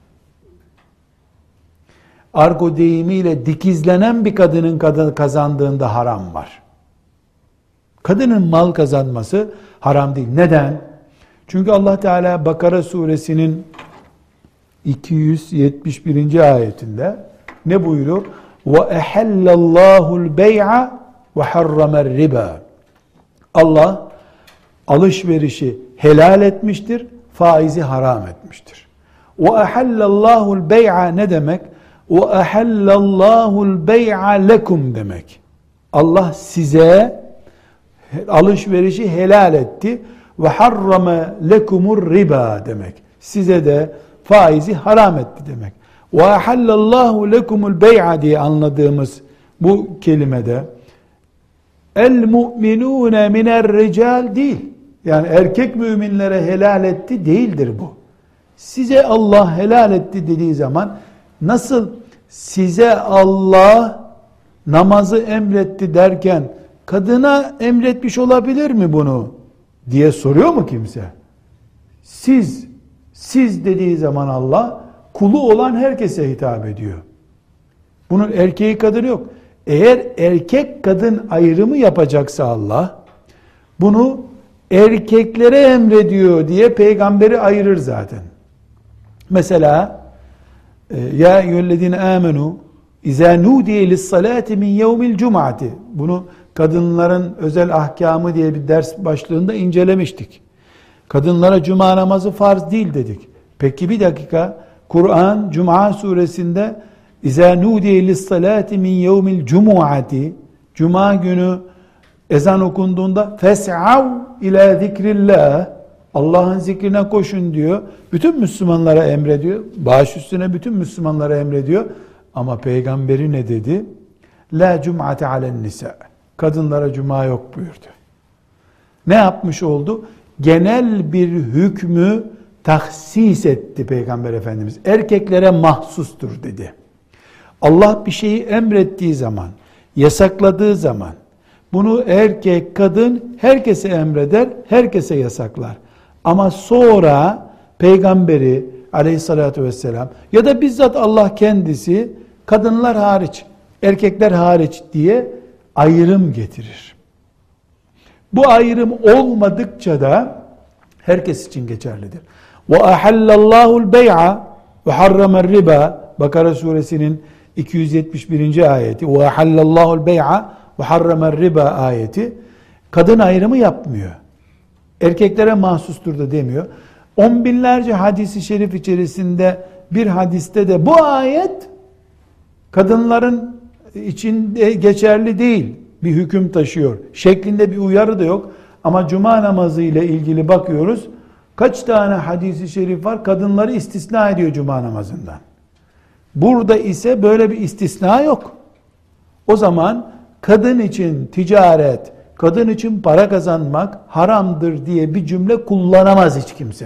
Argo deyimiyle dikizlenen bir kadının kadın kazandığında haram var. Kadının mal kazanması haram değil. Neden? Çünkü Allah Teala Bakara suresinin iki yüz yetmiş birinci ayetinde ne buyuruyor? وَاَحَلَّ اللّٰهُ الْبَيْعَ وَحَرَّمَ الرِّبَى Allah alışverişi helal etmiştir, faizi haram etmiştir. وَاَحَلَّ اللّٰهُ الْبَيْعَ ne demek? وَاَحَلَّ اللّٰهُ الْبَيْعَ لَكُمْ demek. Allah size alışverişi helal etti ve harrama lekumur riba demek. Size de faizi haram etti demek. Ve ahallallahu lekumul bey'a diye anladığımız bu kelimede el mu'minune miner rical değil. Yani erkek müminlere helal etti değildir bu. Size Allah helal etti dediği zaman nasıl size Allah namazı emretti derken kadına emretmiş olabilir mi bunu diye soruyor mu kimse? Siz, siz dediği zaman Allah kulu olan herkese hitap ediyor. Bunun erkeği kadını yok. Eğer erkek kadın ayrımı yapacaksa Allah bunu erkeklere emrediyor diye peygamberi ayırır zaten. Mesela ya eyyühellezine amenu İzâ nûdiye lissalâti min yevmil cum'ati. Bunu kadınların özel ahkamı diye bir ders başlığında incelemiştik. Kadınlara cuma namazı farz değil dedik. Peki bir dakika, Kur'an Cuma suresinde İzâ nûdiye lissalâti min yevmil cum'ati, Cuma günü ezan okunduğunda fes'av ila zikrillah, Allah'ın zikrine koşun diyor. Bütün Müslümanlara emrediyor. Baş üstüne bütün Müslümanlara emrediyor. Ama peygamberi ne dedi? La cum'ate alen nisa. Kadınlara cuma yok buyurdu. Ne yapmış oldu? Genel bir hükmü tahsis etti Peygamber Efendimiz. Erkeklere mahsustur dedi. Allah bir şeyi emrettiği zaman, yasakladığı zaman, bunu erkek, kadın herkese emreder, herkese yasaklar. Ama sonra Peygamberi aleyhissalatü vesselam ya da bizzat Allah kendisi kadınlar hariç, erkekler hariç diye ayrım getirir. Bu ayrım olmadıkça da herkes için geçerlidir. وَاَحَلَّ اللّٰهُ الْبَيْعَ وَحَرَّمَ الرِّبَى Bakara suresinin iki yüz yetmiş birinci ayeti وَاَحَلَّ اللّٰهُ الْبَيْعَ وَحَرَّمَ الرِّبَى ayeti kadın ayrımı yapmıyor. Erkeklere mahsustur da demiyor. On binlerce hadisi şerif içerisinde bir hadiste de bu ayet kadınların içinde geçerli değil, bir hüküm taşıyor şeklinde bir uyarı da yok. Ama cuma namazı ile ilgili bakıyoruz. Kaç tane hadisi şerif var? Kadınları istisna ediyor cuma namazından. Burada ise böyle bir istisna yok. O zaman kadın için ticaret, kadın için para kazanmak haramdır diye bir cümle kullanamaz hiç kimse.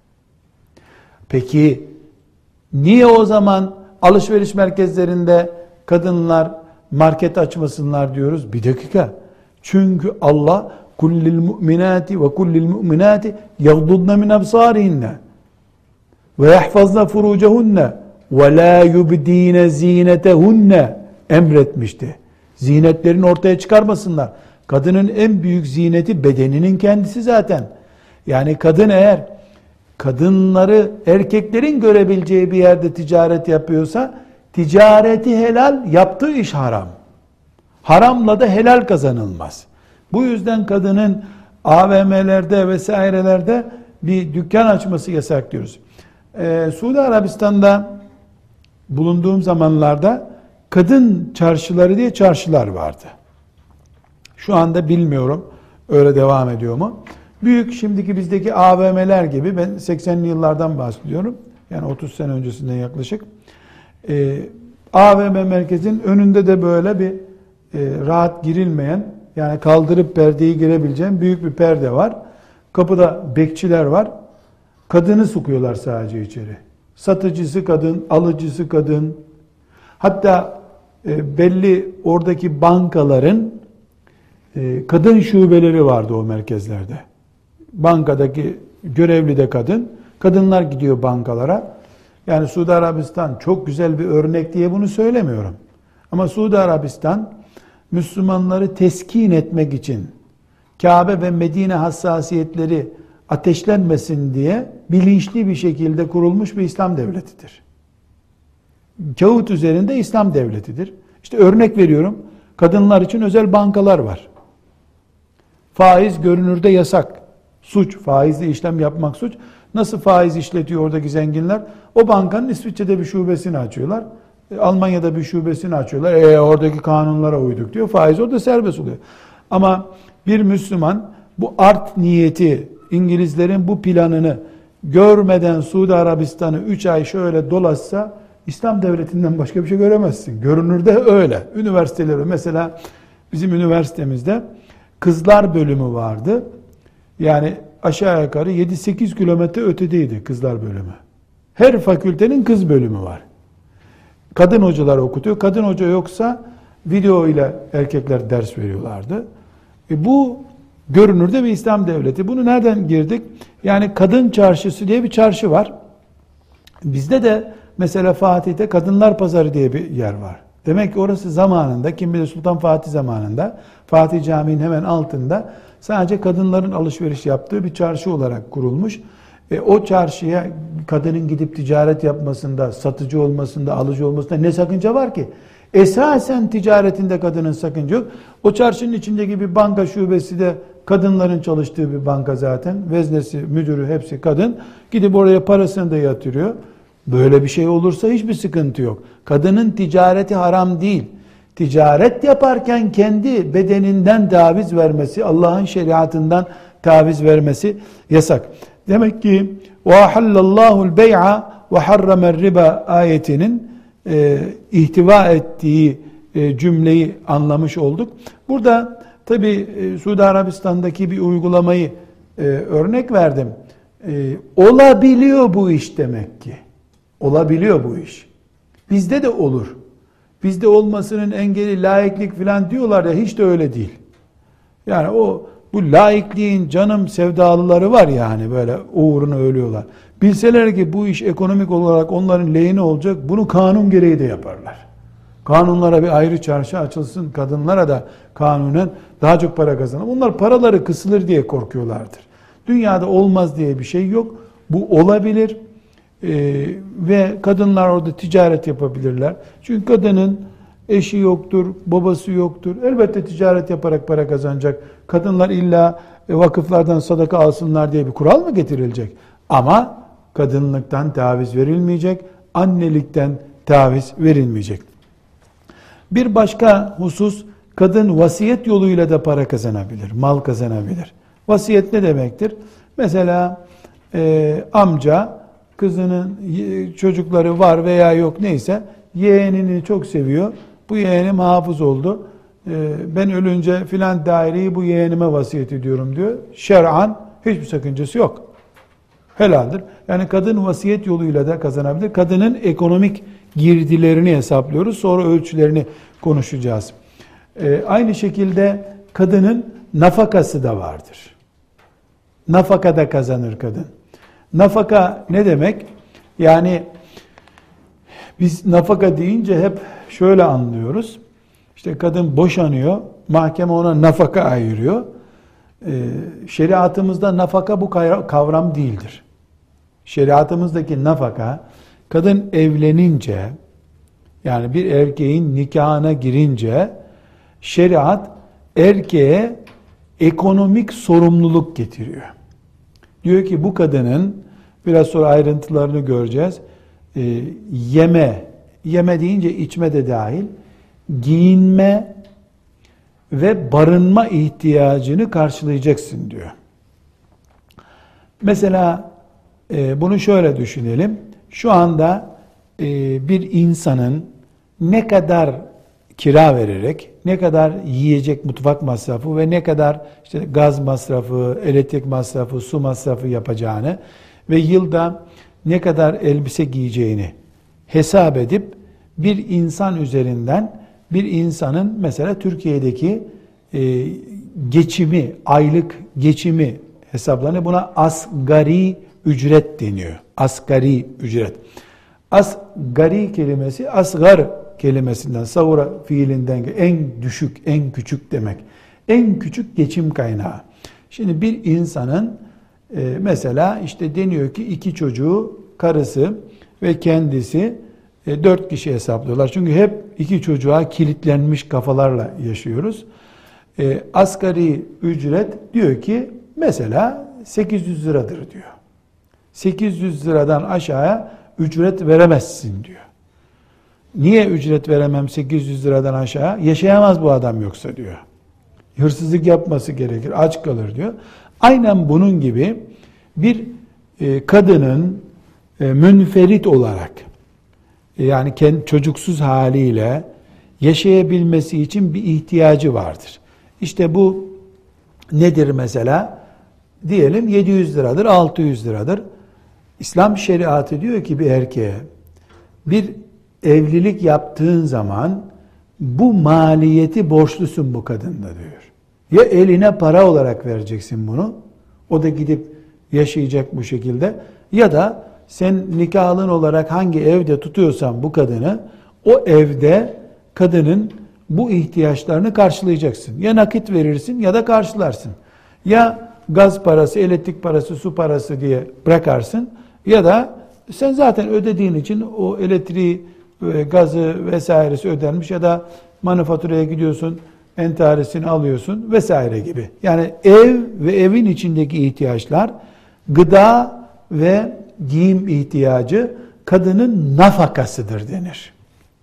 Peki niye o zaman alışveriş merkezlerinde kadınlar market açmasınlar diyoruz? Bir dakika. Çünkü Allah kullil mu'minati ve kullil mu'minati yaghdudna min absarihinne ve yahfazna furucehunne ve la yubdine zinetehunne emretmişti. Zinetlerini ortaya çıkarmasınlar. Kadının en büyük zineti bedeninin kendisi zaten. Yani kadın eğer kadınları erkeklerin görebileceği bir yerde ticaret yapıyorsa, ticareti helal, yaptığı iş haram. Haramla da helal kazanılmaz. Bu yüzden kadının A V M'lerde vesairelerde bir dükkan açması yasak diyoruz. Ee, Suudi Arabistan'da bulunduğum zamanlarda kadın çarşıları diye çarşılar vardı. Şu anda bilmiyorum öyle devam ediyor mu? Büyük şimdiki bizdeki A V M'ler gibi, ben seksenli yıllardan bahsediyorum. Yani otuz sene öncesinden yaklaşık. Ee, A V M merkezin önünde de böyle bir e, rahat girilmeyen, yani kaldırıp perdeyi girebileceğin büyük bir perde var. Kapıda bekçiler var. Kadını sokuyorlar sadece içeri. Satıcısı kadın, alıcısı kadın. Hatta e, belli oradaki bankaların e, kadın şubeleri vardı o merkezlerde. Bankadaki görevli de kadın. Kadınlar gidiyor bankalara. Yani Suudi Arabistan çok güzel bir örnek diye bunu söylemiyorum. Ama Suudi Arabistan Müslümanları teskin etmek için Kabe ve Medine hassasiyetleri ateşlenmesin diye bilinçli bir şekilde kurulmuş bir İslam devletidir. Kağıt üzerinde İslam devletidir. İşte örnek veriyorum. Kadınlar için özel bankalar var. Faiz görünürde yasak. Suç. Faizle işlem yapmak suç. Nasıl faiz işletiyor oradaki zenginler? O bankanın İsviçre'de bir şubesini açıyorlar. Almanya'da bir şubesini açıyorlar. E oradaki kanunlara uyduk diyor. Faiz orada serbest oluyor. Ama bir Müslüman bu art niyeti, İngilizlerin bu planını görmeden Suudi Arabistan'ı üç ay şöyle dolaşsa İslam devletinden başka bir şey göremezsin. Görünürde öyle. Üniversiteleri mesela bizim üniversitemizde kızlar bölümü vardı. Yani aşağı yukarı yedi sekiz kilometre ötedeydi kızlar bölümü. Her fakültenin kız bölümü var. Kadın hocalar okutuyor. Kadın hoca yoksa video ile erkekler ders veriyorlardı. E bu görünürde bir İslam devleti. Bunu nereden girdik? Yani kadın çarşısı diye bir çarşı var. Bizde de mesela Fatih'te Kadınlar Pazarı diye bir yer var. Demek ki orası zamanında, kim bilir Sultan Fatih zamanında, Fatih Camii'nin hemen altında sadece kadınların alışveriş yaptığı bir çarşı olarak kurulmuş. E, o çarşıya kadının gidip ticaret yapmasında, satıcı olmasında, alıcı olmasında ne sakınca var ki? Esasen ticaretinde kadının sakınca yok. O çarşının içindeki bir banka şubesi de kadınların çalıştığı bir banka zaten. Veznesi, müdürü hepsi kadın. Gidip oraya parasını da yatırıyor. Böyle bir şey olursa hiçbir sıkıntı yok. Kadının ticareti haram değil. Ticaret yaparken kendi bedeninden taviz vermesi, Allah'ın şeriatından taviz vermesi yasak. Demek ki وَاحَلَّ اللّٰهُ الْبَيْعَ وَحَرَّمَ الرِّبَا ayetinin e, ihtiva ettiği e, cümleyi anlamış olduk. Burada tabi e, Suudi Arabistan'daki bir uygulamayı e, örnek verdim. E, olabiliyor bu iş demek ki. Olabiliyor bu iş. Bizde de olur. Bizde olmasının engeli laiklik falan diyorlar ya, hiç de öyle değil. Yani o bu laikliğin canım sevdalıları var yani, böyle uğruna ölüyorlar. Bilseler ki bu iş ekonomik olarak onların lehine olacak, bunu kanun gereği de yaparlar. Kanunlara bir ayrı çarşı açılsın, kadınlara da kanunen daha çok para kazanır. Onlar paraları kısılır diye korkuyorlardır. Dünyada olmaz diye bir şey yok. Bu olabilir. Ee, ve kadınlar orada ticaret yapabilirler. Çünkü kadının eşi yoktur, babası yoktur. Elbette ticaret yaparak para kazanacak. Kadınlar illa vakıflardan sadaka alsınlar diye bir kural mı getirilecek? Ama kadınlıktan taviz verilmeyecek, annelikten taviz verilmeyecek. Bir başka husus, kadın vasiyet yoluyla da para kazanabilir, mal kazanabilir. Vasiyet ne demektir? Mesela e, amca kızının çocukları var veya yok neyse, yeğenini çok seviyor. Bu yeğenim hafız oldu. Ben ölünce filan daireyi bu yeğenime vasiyet ediyorum diyor. Şer'an hiçbir sakıncası yok. Helaldir. Yani kadın vasiyet yoluyla da kazanabilir. Kadının ekonomik girdilerini hesaplıyoruz. Sonra ölçülerini konuşacağız. Ee, aynı şekilde kadının nafakası da vardır. Nafaka da kazanır kadın. Nafaka ne demek? Yani biz nafaka deyince hep şöyle anlıyoruz. İşte kadın boşanıyor, mahkeme ona nafaka ayırıyor. Ee, şeriatımızda nafaka bu kavram değildir. Şeriatımızdaki nafaka, kadın evlenince, yani bir erkeğin nikahına girince, şeriat erkeğe ekonomik sorumluluk getiriyor. Diyor ki bu kadının, biraz sonra ayrıntılarını göreceğiz, e, yeme, yeme deyince içme de dahil, giyinme ve barınma ihtiyacını karşılayacaksın diyor. Mesela e, bunu şöyle düşünelim. Şu anda e, bir insanın ne kadar kira vererek, ne kadar yiyecek mutfak masrafı ve ne kadar işte gaz masrafı, elektrik masrafı, su masrafı yapacağını ve yılda ne kadar elbise giyeceğini hesap edip bir insan üzerinden bir insanın mesela Türkiye'deki e, geçimi, aylık geçimi hesaplanıyor. Buna asgari ücret deniyor. Asgari ücret. Asgari kelimesi asgar kelimesinden, savura fiilinden en düşük, en küçük demek. En küçük geçim kaynağı. Şimdi bir insanın e, mesela işte deniyor ki iki çocuğu, karısı ve kendisi e, dört kişi hesaplıyorlar. Çünkü hep iki çocuğa kilitlenmiş kafalarla yaşıyoruz. E, asgari ücret diyor ki mesela sekiz yüz liradır diyor. sekiz yüz liradan aşağıya ücret veremezsin diyor. Niye ücret veremem sekiz yüz liradan aşağı? Yaşayamaz bu adam yoksa diyor. Hırsızlık yapması gerekir, aç kalır diyor. Aynen bunun gibi bir e, kadının e, münferit olarak e, yani kendi çocuksuz haliyle yaşayabilmesi için bir ihtiyacı vardır. İşte bu nedir mesela? Diyelim yedi yüz liradır, altı yüz liradır. İslam şeriatı diyor ki bir erkeğe, bir evlilik yaptığın zaman bu maliyeti borçlusun bu kadında diyor. Ya eline para olarak vereceksin bunu, o da gidip yaşayacak bu şekilde, ya da sen nikahlın olarak hangi evde tutuyorsan bu kadını, o evde kadının bu ihtiyaçlarını karşılayacaksın. Ya nakit verirsin ya da karşılarsın. Ya gaz parası, elektrik parası, su parası diye bırakarsın, ya da sen zaten ödediğin için o elektriği, gazı vesairesi ödenmiş, ya da manifaturaya gidiyorsun, entarisini alıyorsun vesaire gibi. Yani ev ve evin içindeki ihtiyaçlar, gıda ve giyim ihtiyacı kadının nafakasıdır denir.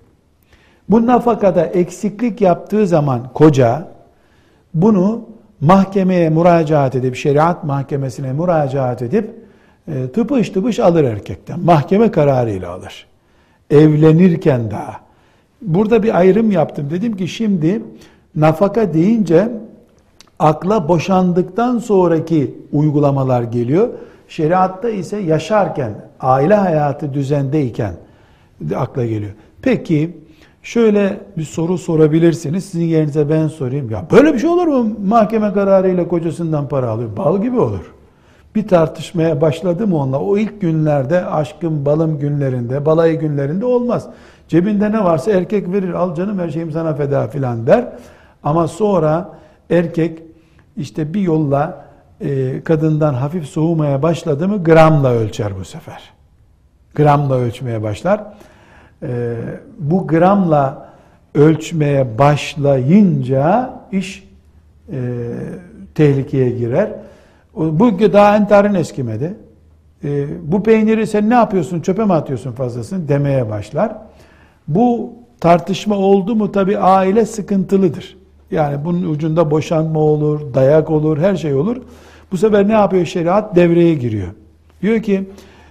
Bu nafakada eksiklik yaptığı zaman koca bunu mahkemeye müracaat edip, şeriat mahkemesine müracaat edip e, tıpış tıpış alır erkekten. Mahkeme kararıyla alır. Evlenirken daha. Burada bir ayrım yaptım. Dedim ki şimdi nafaka deyince akla boşandıktan sonraki uygulamalar geliyor. Şeriatta ise yaşarken, aile hayatı düzendeyken akla geliyor. Peki şöyle bir soru sorabilirsiniz. Sizin yerinize ben sorayım. Ya böyle bir şey olur mu? Mahkeme kararıyla kocasından para alıyor. Bal gibi olur. Bir tartışmaya başladı mı onunla? O ilk günlerde, aşkım balım günlerinde, balayı günlerinde olmaz. Cebinde ne varsa erkek verir. Al canım her şeyim sana feda filan der. Ama sonra erkek işte bir yolla e, kadından hafif soğumaya başladı mı gramla ölçer bu sefer. Gramla ölçmeye başlar. E, bu gramla ölçmeye başlayınca iş e, tehlikeye girer. Bu daha entarin eskimedi. E, bu peyniri sen ne yapıyorsun, çöpe mi atıyorsun fazlasını demeye başlar. Bu tartışma oldu mu tabii aile sıkıntılıdır. Yani bunun ucunda boşanma olur, dayak olur, her şey olur. Bu sefer ne yapıyor şeriat? Devreye giriyor. Diyor ki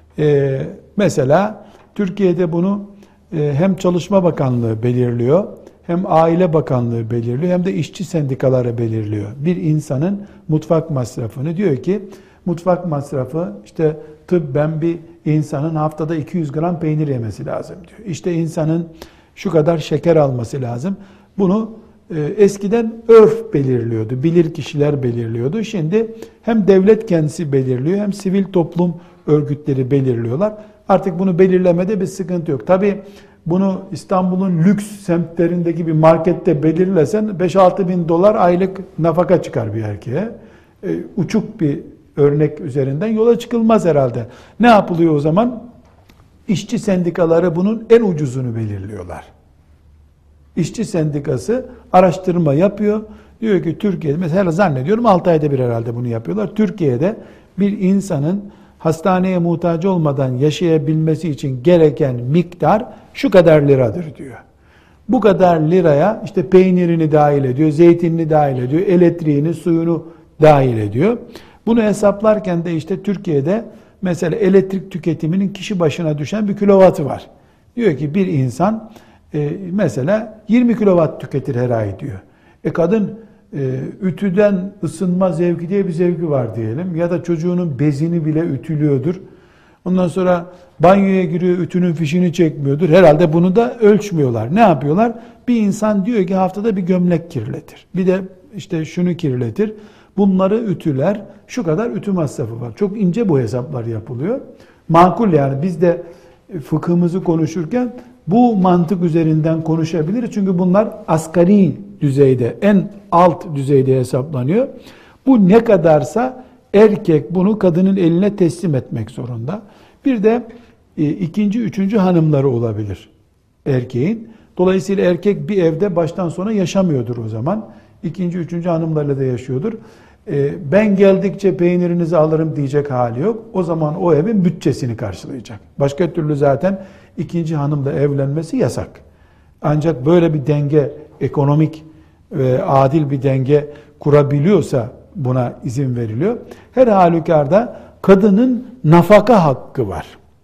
Ee, mesela Türkiye'de bunu e, hem Çalışma Bakanlığı belirliyor, hem Aile Bakanlığı belirliyor, hem de işçi sendikaları belirliyor. Bir insanın mutfak masrafını diyor ki, mutfak masrafı işte tıbben bir insanın haftada iki yüz gram peynir yemesi lazım diyor. İşte insanın şu kadar şeker alması lazım. Bunu e, eskiden örf belirliyordu, bilir kişiler belirliyordu. Şimdi hem devlet kendisi belirliyor, hem sivil toplum örgütleri belirliyorlar. Artık bunu belirlemede bir sıkıntı yok. Tabii bunu İstanbul'un lüks semtlerindeki bir markette belirlesen beş altı bin dolar aylık nafaka çıkar bir erkeğe. E, uçuk bir örnek üzerinden yola çıkılmaz herhalde. Ne yapılıyor o zaman? İşçi sendikaları bunun en ucuzunu belirliyorlar. İşçi sendikası araştırma yapıyor. Diyor ki Türkiye'de, mesela zannediyorum altı ayda bir herhalde bunu yapıyorlar. Türkiye'de bir insanın hastaneye muhtaç olmadan yaşayabilmesi için gereken miktar şu kadar liradır diyor. Bu kadar liraya işte peynirini dahil ediyor, zeytinini dahil ediyor, elektriğini, suyunu dahil ediyor. Bunu hesaplarken de işte Türkiye'de mesela elektrik tüketiminin kişi başına düşen bir kilovatı var. Diyor ki bir insan e, mesela yirmi kilovat tüketir her ay diyor. E kadın e, ütüden ısınma zevki diye bir zevki var diyelim. Ya da çocuğunun bezini bile ütülüyordur. Ondan sonra banyoya giriyor, ütünün fişini çekmiyordur. Herhalde bunu da ölçmüyorlar. Ne yapıyorlar? Bir insan diyor ki haftada bir gömlek kirletir. Bir de işte şunu kirletir. Bunları ütüler, şu kadar ütü masrafı var. Çok ince bu hesaplar yapılıyor. Makul yani, biz de fıkhımızı konuşurken bu mantık üzerinden konuşabiliriz. Çünkü bunlar asgari düzeyde, en alt düzeyde hesaplanıyor. Bu ne kadarsa erkek bunu kadının eline teslim etmek zorunda. Bir de e, ikinci, üçüncü hanımları olabilir erkeğin. Dolayısıyla erkek bir evde baştan sona yaşamıyordur o zaman. İkinci, üçüncü hanımlarla da yaşıyordur. Ben geldikçe peynirinizi alırım diyecek hali yok. O zaman o evin bütçesini karşılayacak. Başka türlü zaten ikinci hanımla evlenmesi yasak. Ancak böyle bir denge, ekonomik ve adil bir denge kurabiliyorsa buna izin veriliyor. Her halükarda kadının nafaka hakkı var.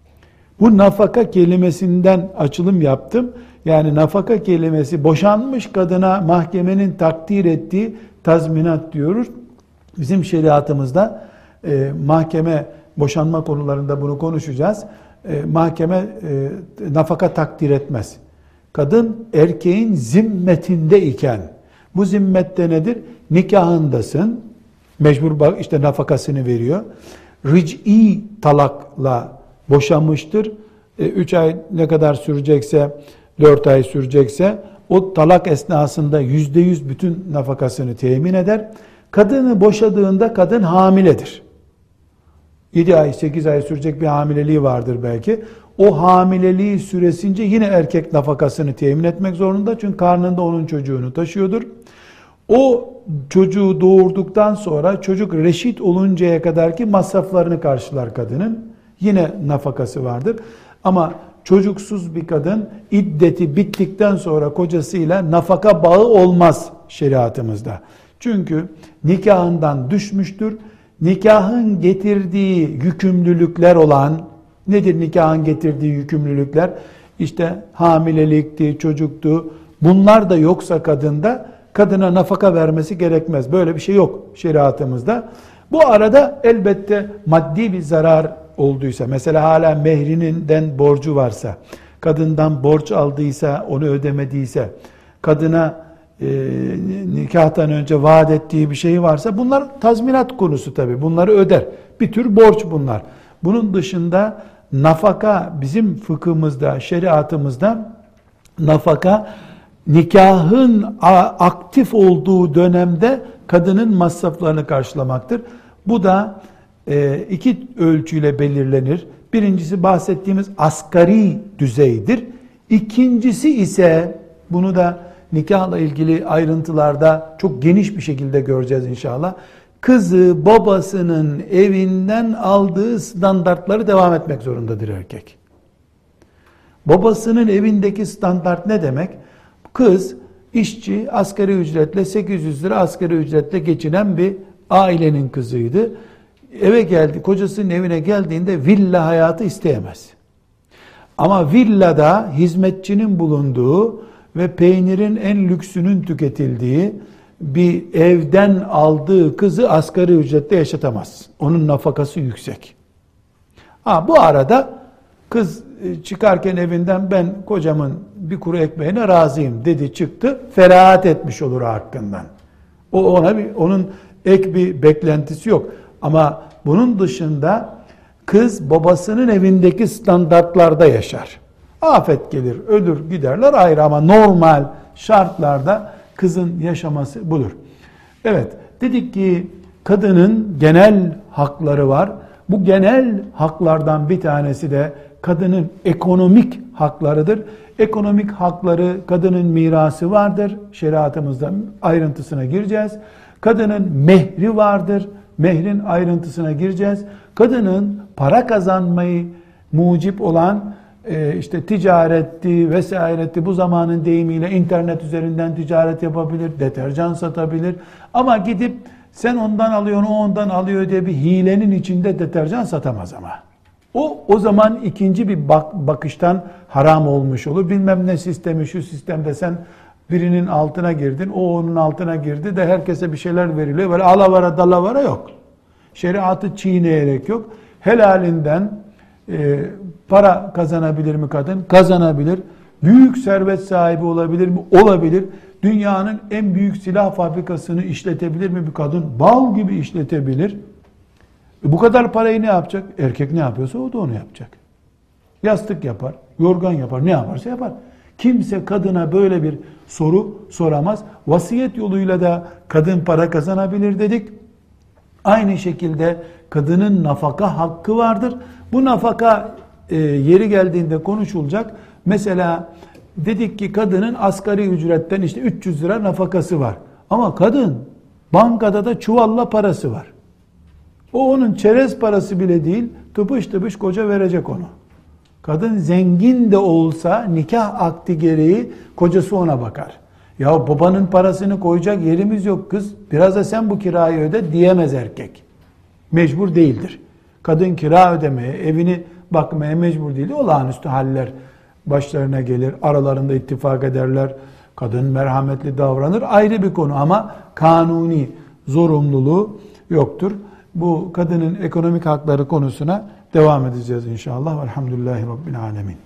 Bu nafaka kelimesinden açılım yaptım. Yani nafaka kelimesi boşanmış kadına mahkemenin takdir ettiği tazminat diyoruz. Bizim şeriatımızda e, mahkeme boşanma konularında bunu konuşacağız. E, mahkeme e, nafaka takdir etmez. Kadın erkeğin zimmetinde iken, bu zimmette nedir? Nikahındasın, mecbur işte nafakasını veriyor. Ric'i talakla boşanmıştır. E, üç ay ne kadar sürecekse, dört ay sürecekse o talak esnasında yüzde yüz bütün nafakasını temin eder. Kadını boşadığında kadın hamiledir. yedi ay, sekiz ay sürecek bir hamileliği vardır belki. O hamileliği süresince yine erkek nafakasını temin etmek zorunda. Çünkü karnında onun çocuğunu taşıyordur. O çocuğu doğurduktan sonra çocuk reşit oluncaya kadarki masraflarını karşılar kadının. Yine nafakası vardır. Ama çocuksuz bir kadın iddeti bittikten sonra kocasıyla nafaka bağı olmaz şeriatımızda. Çünkü nikahından düşmüştür. Nikahın getirdiği yükümlülükler olan, nedir nikahın getirdiği yükümlülükler? İşte hamilelikti, çocuktu. Bunlar da yoksa kadında, kadına nafaka vermesi gerekmez. Böyle bir şey yok şeriatımızda. Bu arada elbette maddi bir zarar olduysa, mesela hala mehrininden borcu varsa, kadından borç aldıysa, onu ödemediyse, kadına e, nikahtan önce vaat ettiği bir şey varsa, bunlar tazminat konusu tabii. Bunları öder. Bir tür borç bunlar. Bunun dışında nafaka, bizim fıkhımızda, şeriatımızda nafaka, nikahın aktif olduğu dönemde kadının masraflarını karşılamaktır. Bu da e, iki ölçüyle belirlenir. Birincisi bahsettiğimiz asgari düzeydir. İkincisi ise, bunu da nikahla ilgili ayrıntılarda çok geniş bir şekilde göreceğiz inşallah. Kızı babasının evinden aldığı standartları devam etmek zorundadır erkek. Babasının evindeki standart ne demek? Kız işçi, asgari ücretle sekiz yüz lira asgari ücretle geçinen bir ailenin kızıydı. eve geldi, kocasının evine geldiğinde villa hayatı isteyemez. Ama villada hizmetçinin bulunduğu ve peynirin en lüksünün tüketildiği bir evden aldığı kızı asgari ücretle yaşatamaz. Onun nafakası yüksek. Ha, bu arada kız çıkarken evinden ben kocamın bir kuru ekmeğine razıyım dedi, çıktı. Ferahat etmiş olur hakkından. O ona bir, onun ek bir beklentisi yok. Ama bunun dışında kız babasının evindeki standartlarda yaşar. Afet gelir, ölür, giderler ayrı ama normal şartlarda kızın yaşaması budur. Evet, dedik ki kadının genel hakları var. Bu genel haklardan bir tanesi de kadının ekonomik haklarıdır. Ekonomik hakları, kadının mirası vardır. Şeriatımızda ayrıntısına gireceğiz. Kadının mehri vardır. Mehrin ayrıntısına gireceğiz. Kadının para kazanmayı mucip olan e, işte ticaretti vesairetti, bu zamanın deyimiyle internet üzerinden ticaret yapabilir, deterjan satabilir. Ama gidip sen ondan alıyorsun, o ondan alıyor diye bir hilenin içinde deterjan satamaz ama. O o zaman ikinci bir bak, bakıştan haram olmuş olur. Bilmem ne sistemi, şu sistemde sen birinin altına girdin, o onun altına girdi de herkese bir şeyler veriliyor. Böyle alavara dalavara yok. Şeriatı çiğneyerek yok. Helalinden e, para kazanabilir mi kadın? Kazanabilir. Büyük servet sahibi olabilir mi? Olabilir. Dünyanın en büyük silah fabrikasını işletebilir mi bir kadın? Bal gibi işletebilir. E bu kadar parayı ne yapacak? Erkek ne yapıyorsa o da onu yapacak. Yastık yapar, yorgan yapar, ne yaparsa yapar. Kimse kadına böyle bir soru soramaz. Vasiyet yoluyla da kadın para kazanabilir dedik. Aynı şekilde kadının nafaka hakkı vardır. Bu nafaka e, yeri geldiğinde konuşulacak. Mesela dedik ki kadının asgari ücretten işte üç yüz lira nafakası var. Ama kadın bankada da çuvalla parası var. O onun çerez parası bile değil, tıpış tıpış koca verecek onu. Kadın zengin de olsa nikah akdi gereği kocası ona bakar. Ya babanın parasını koyacak yerimiz yok kız, biraz da sen bu kirayı öde diyemez erkek. Mecbur değildir. Kadın kira ödemeye, evini bakmaya mecbur değil. Olağanüstü haller başlarına gelir, aralarında ittifak ederler. Kadın merhametli davranır, ayrı bir konu ama kanuni zorunluluğu yoktur. Bu kadının ekonomik hakları konusuna devam edeceğiz inşallah. Velhamdülillahi Rabbil Alemin.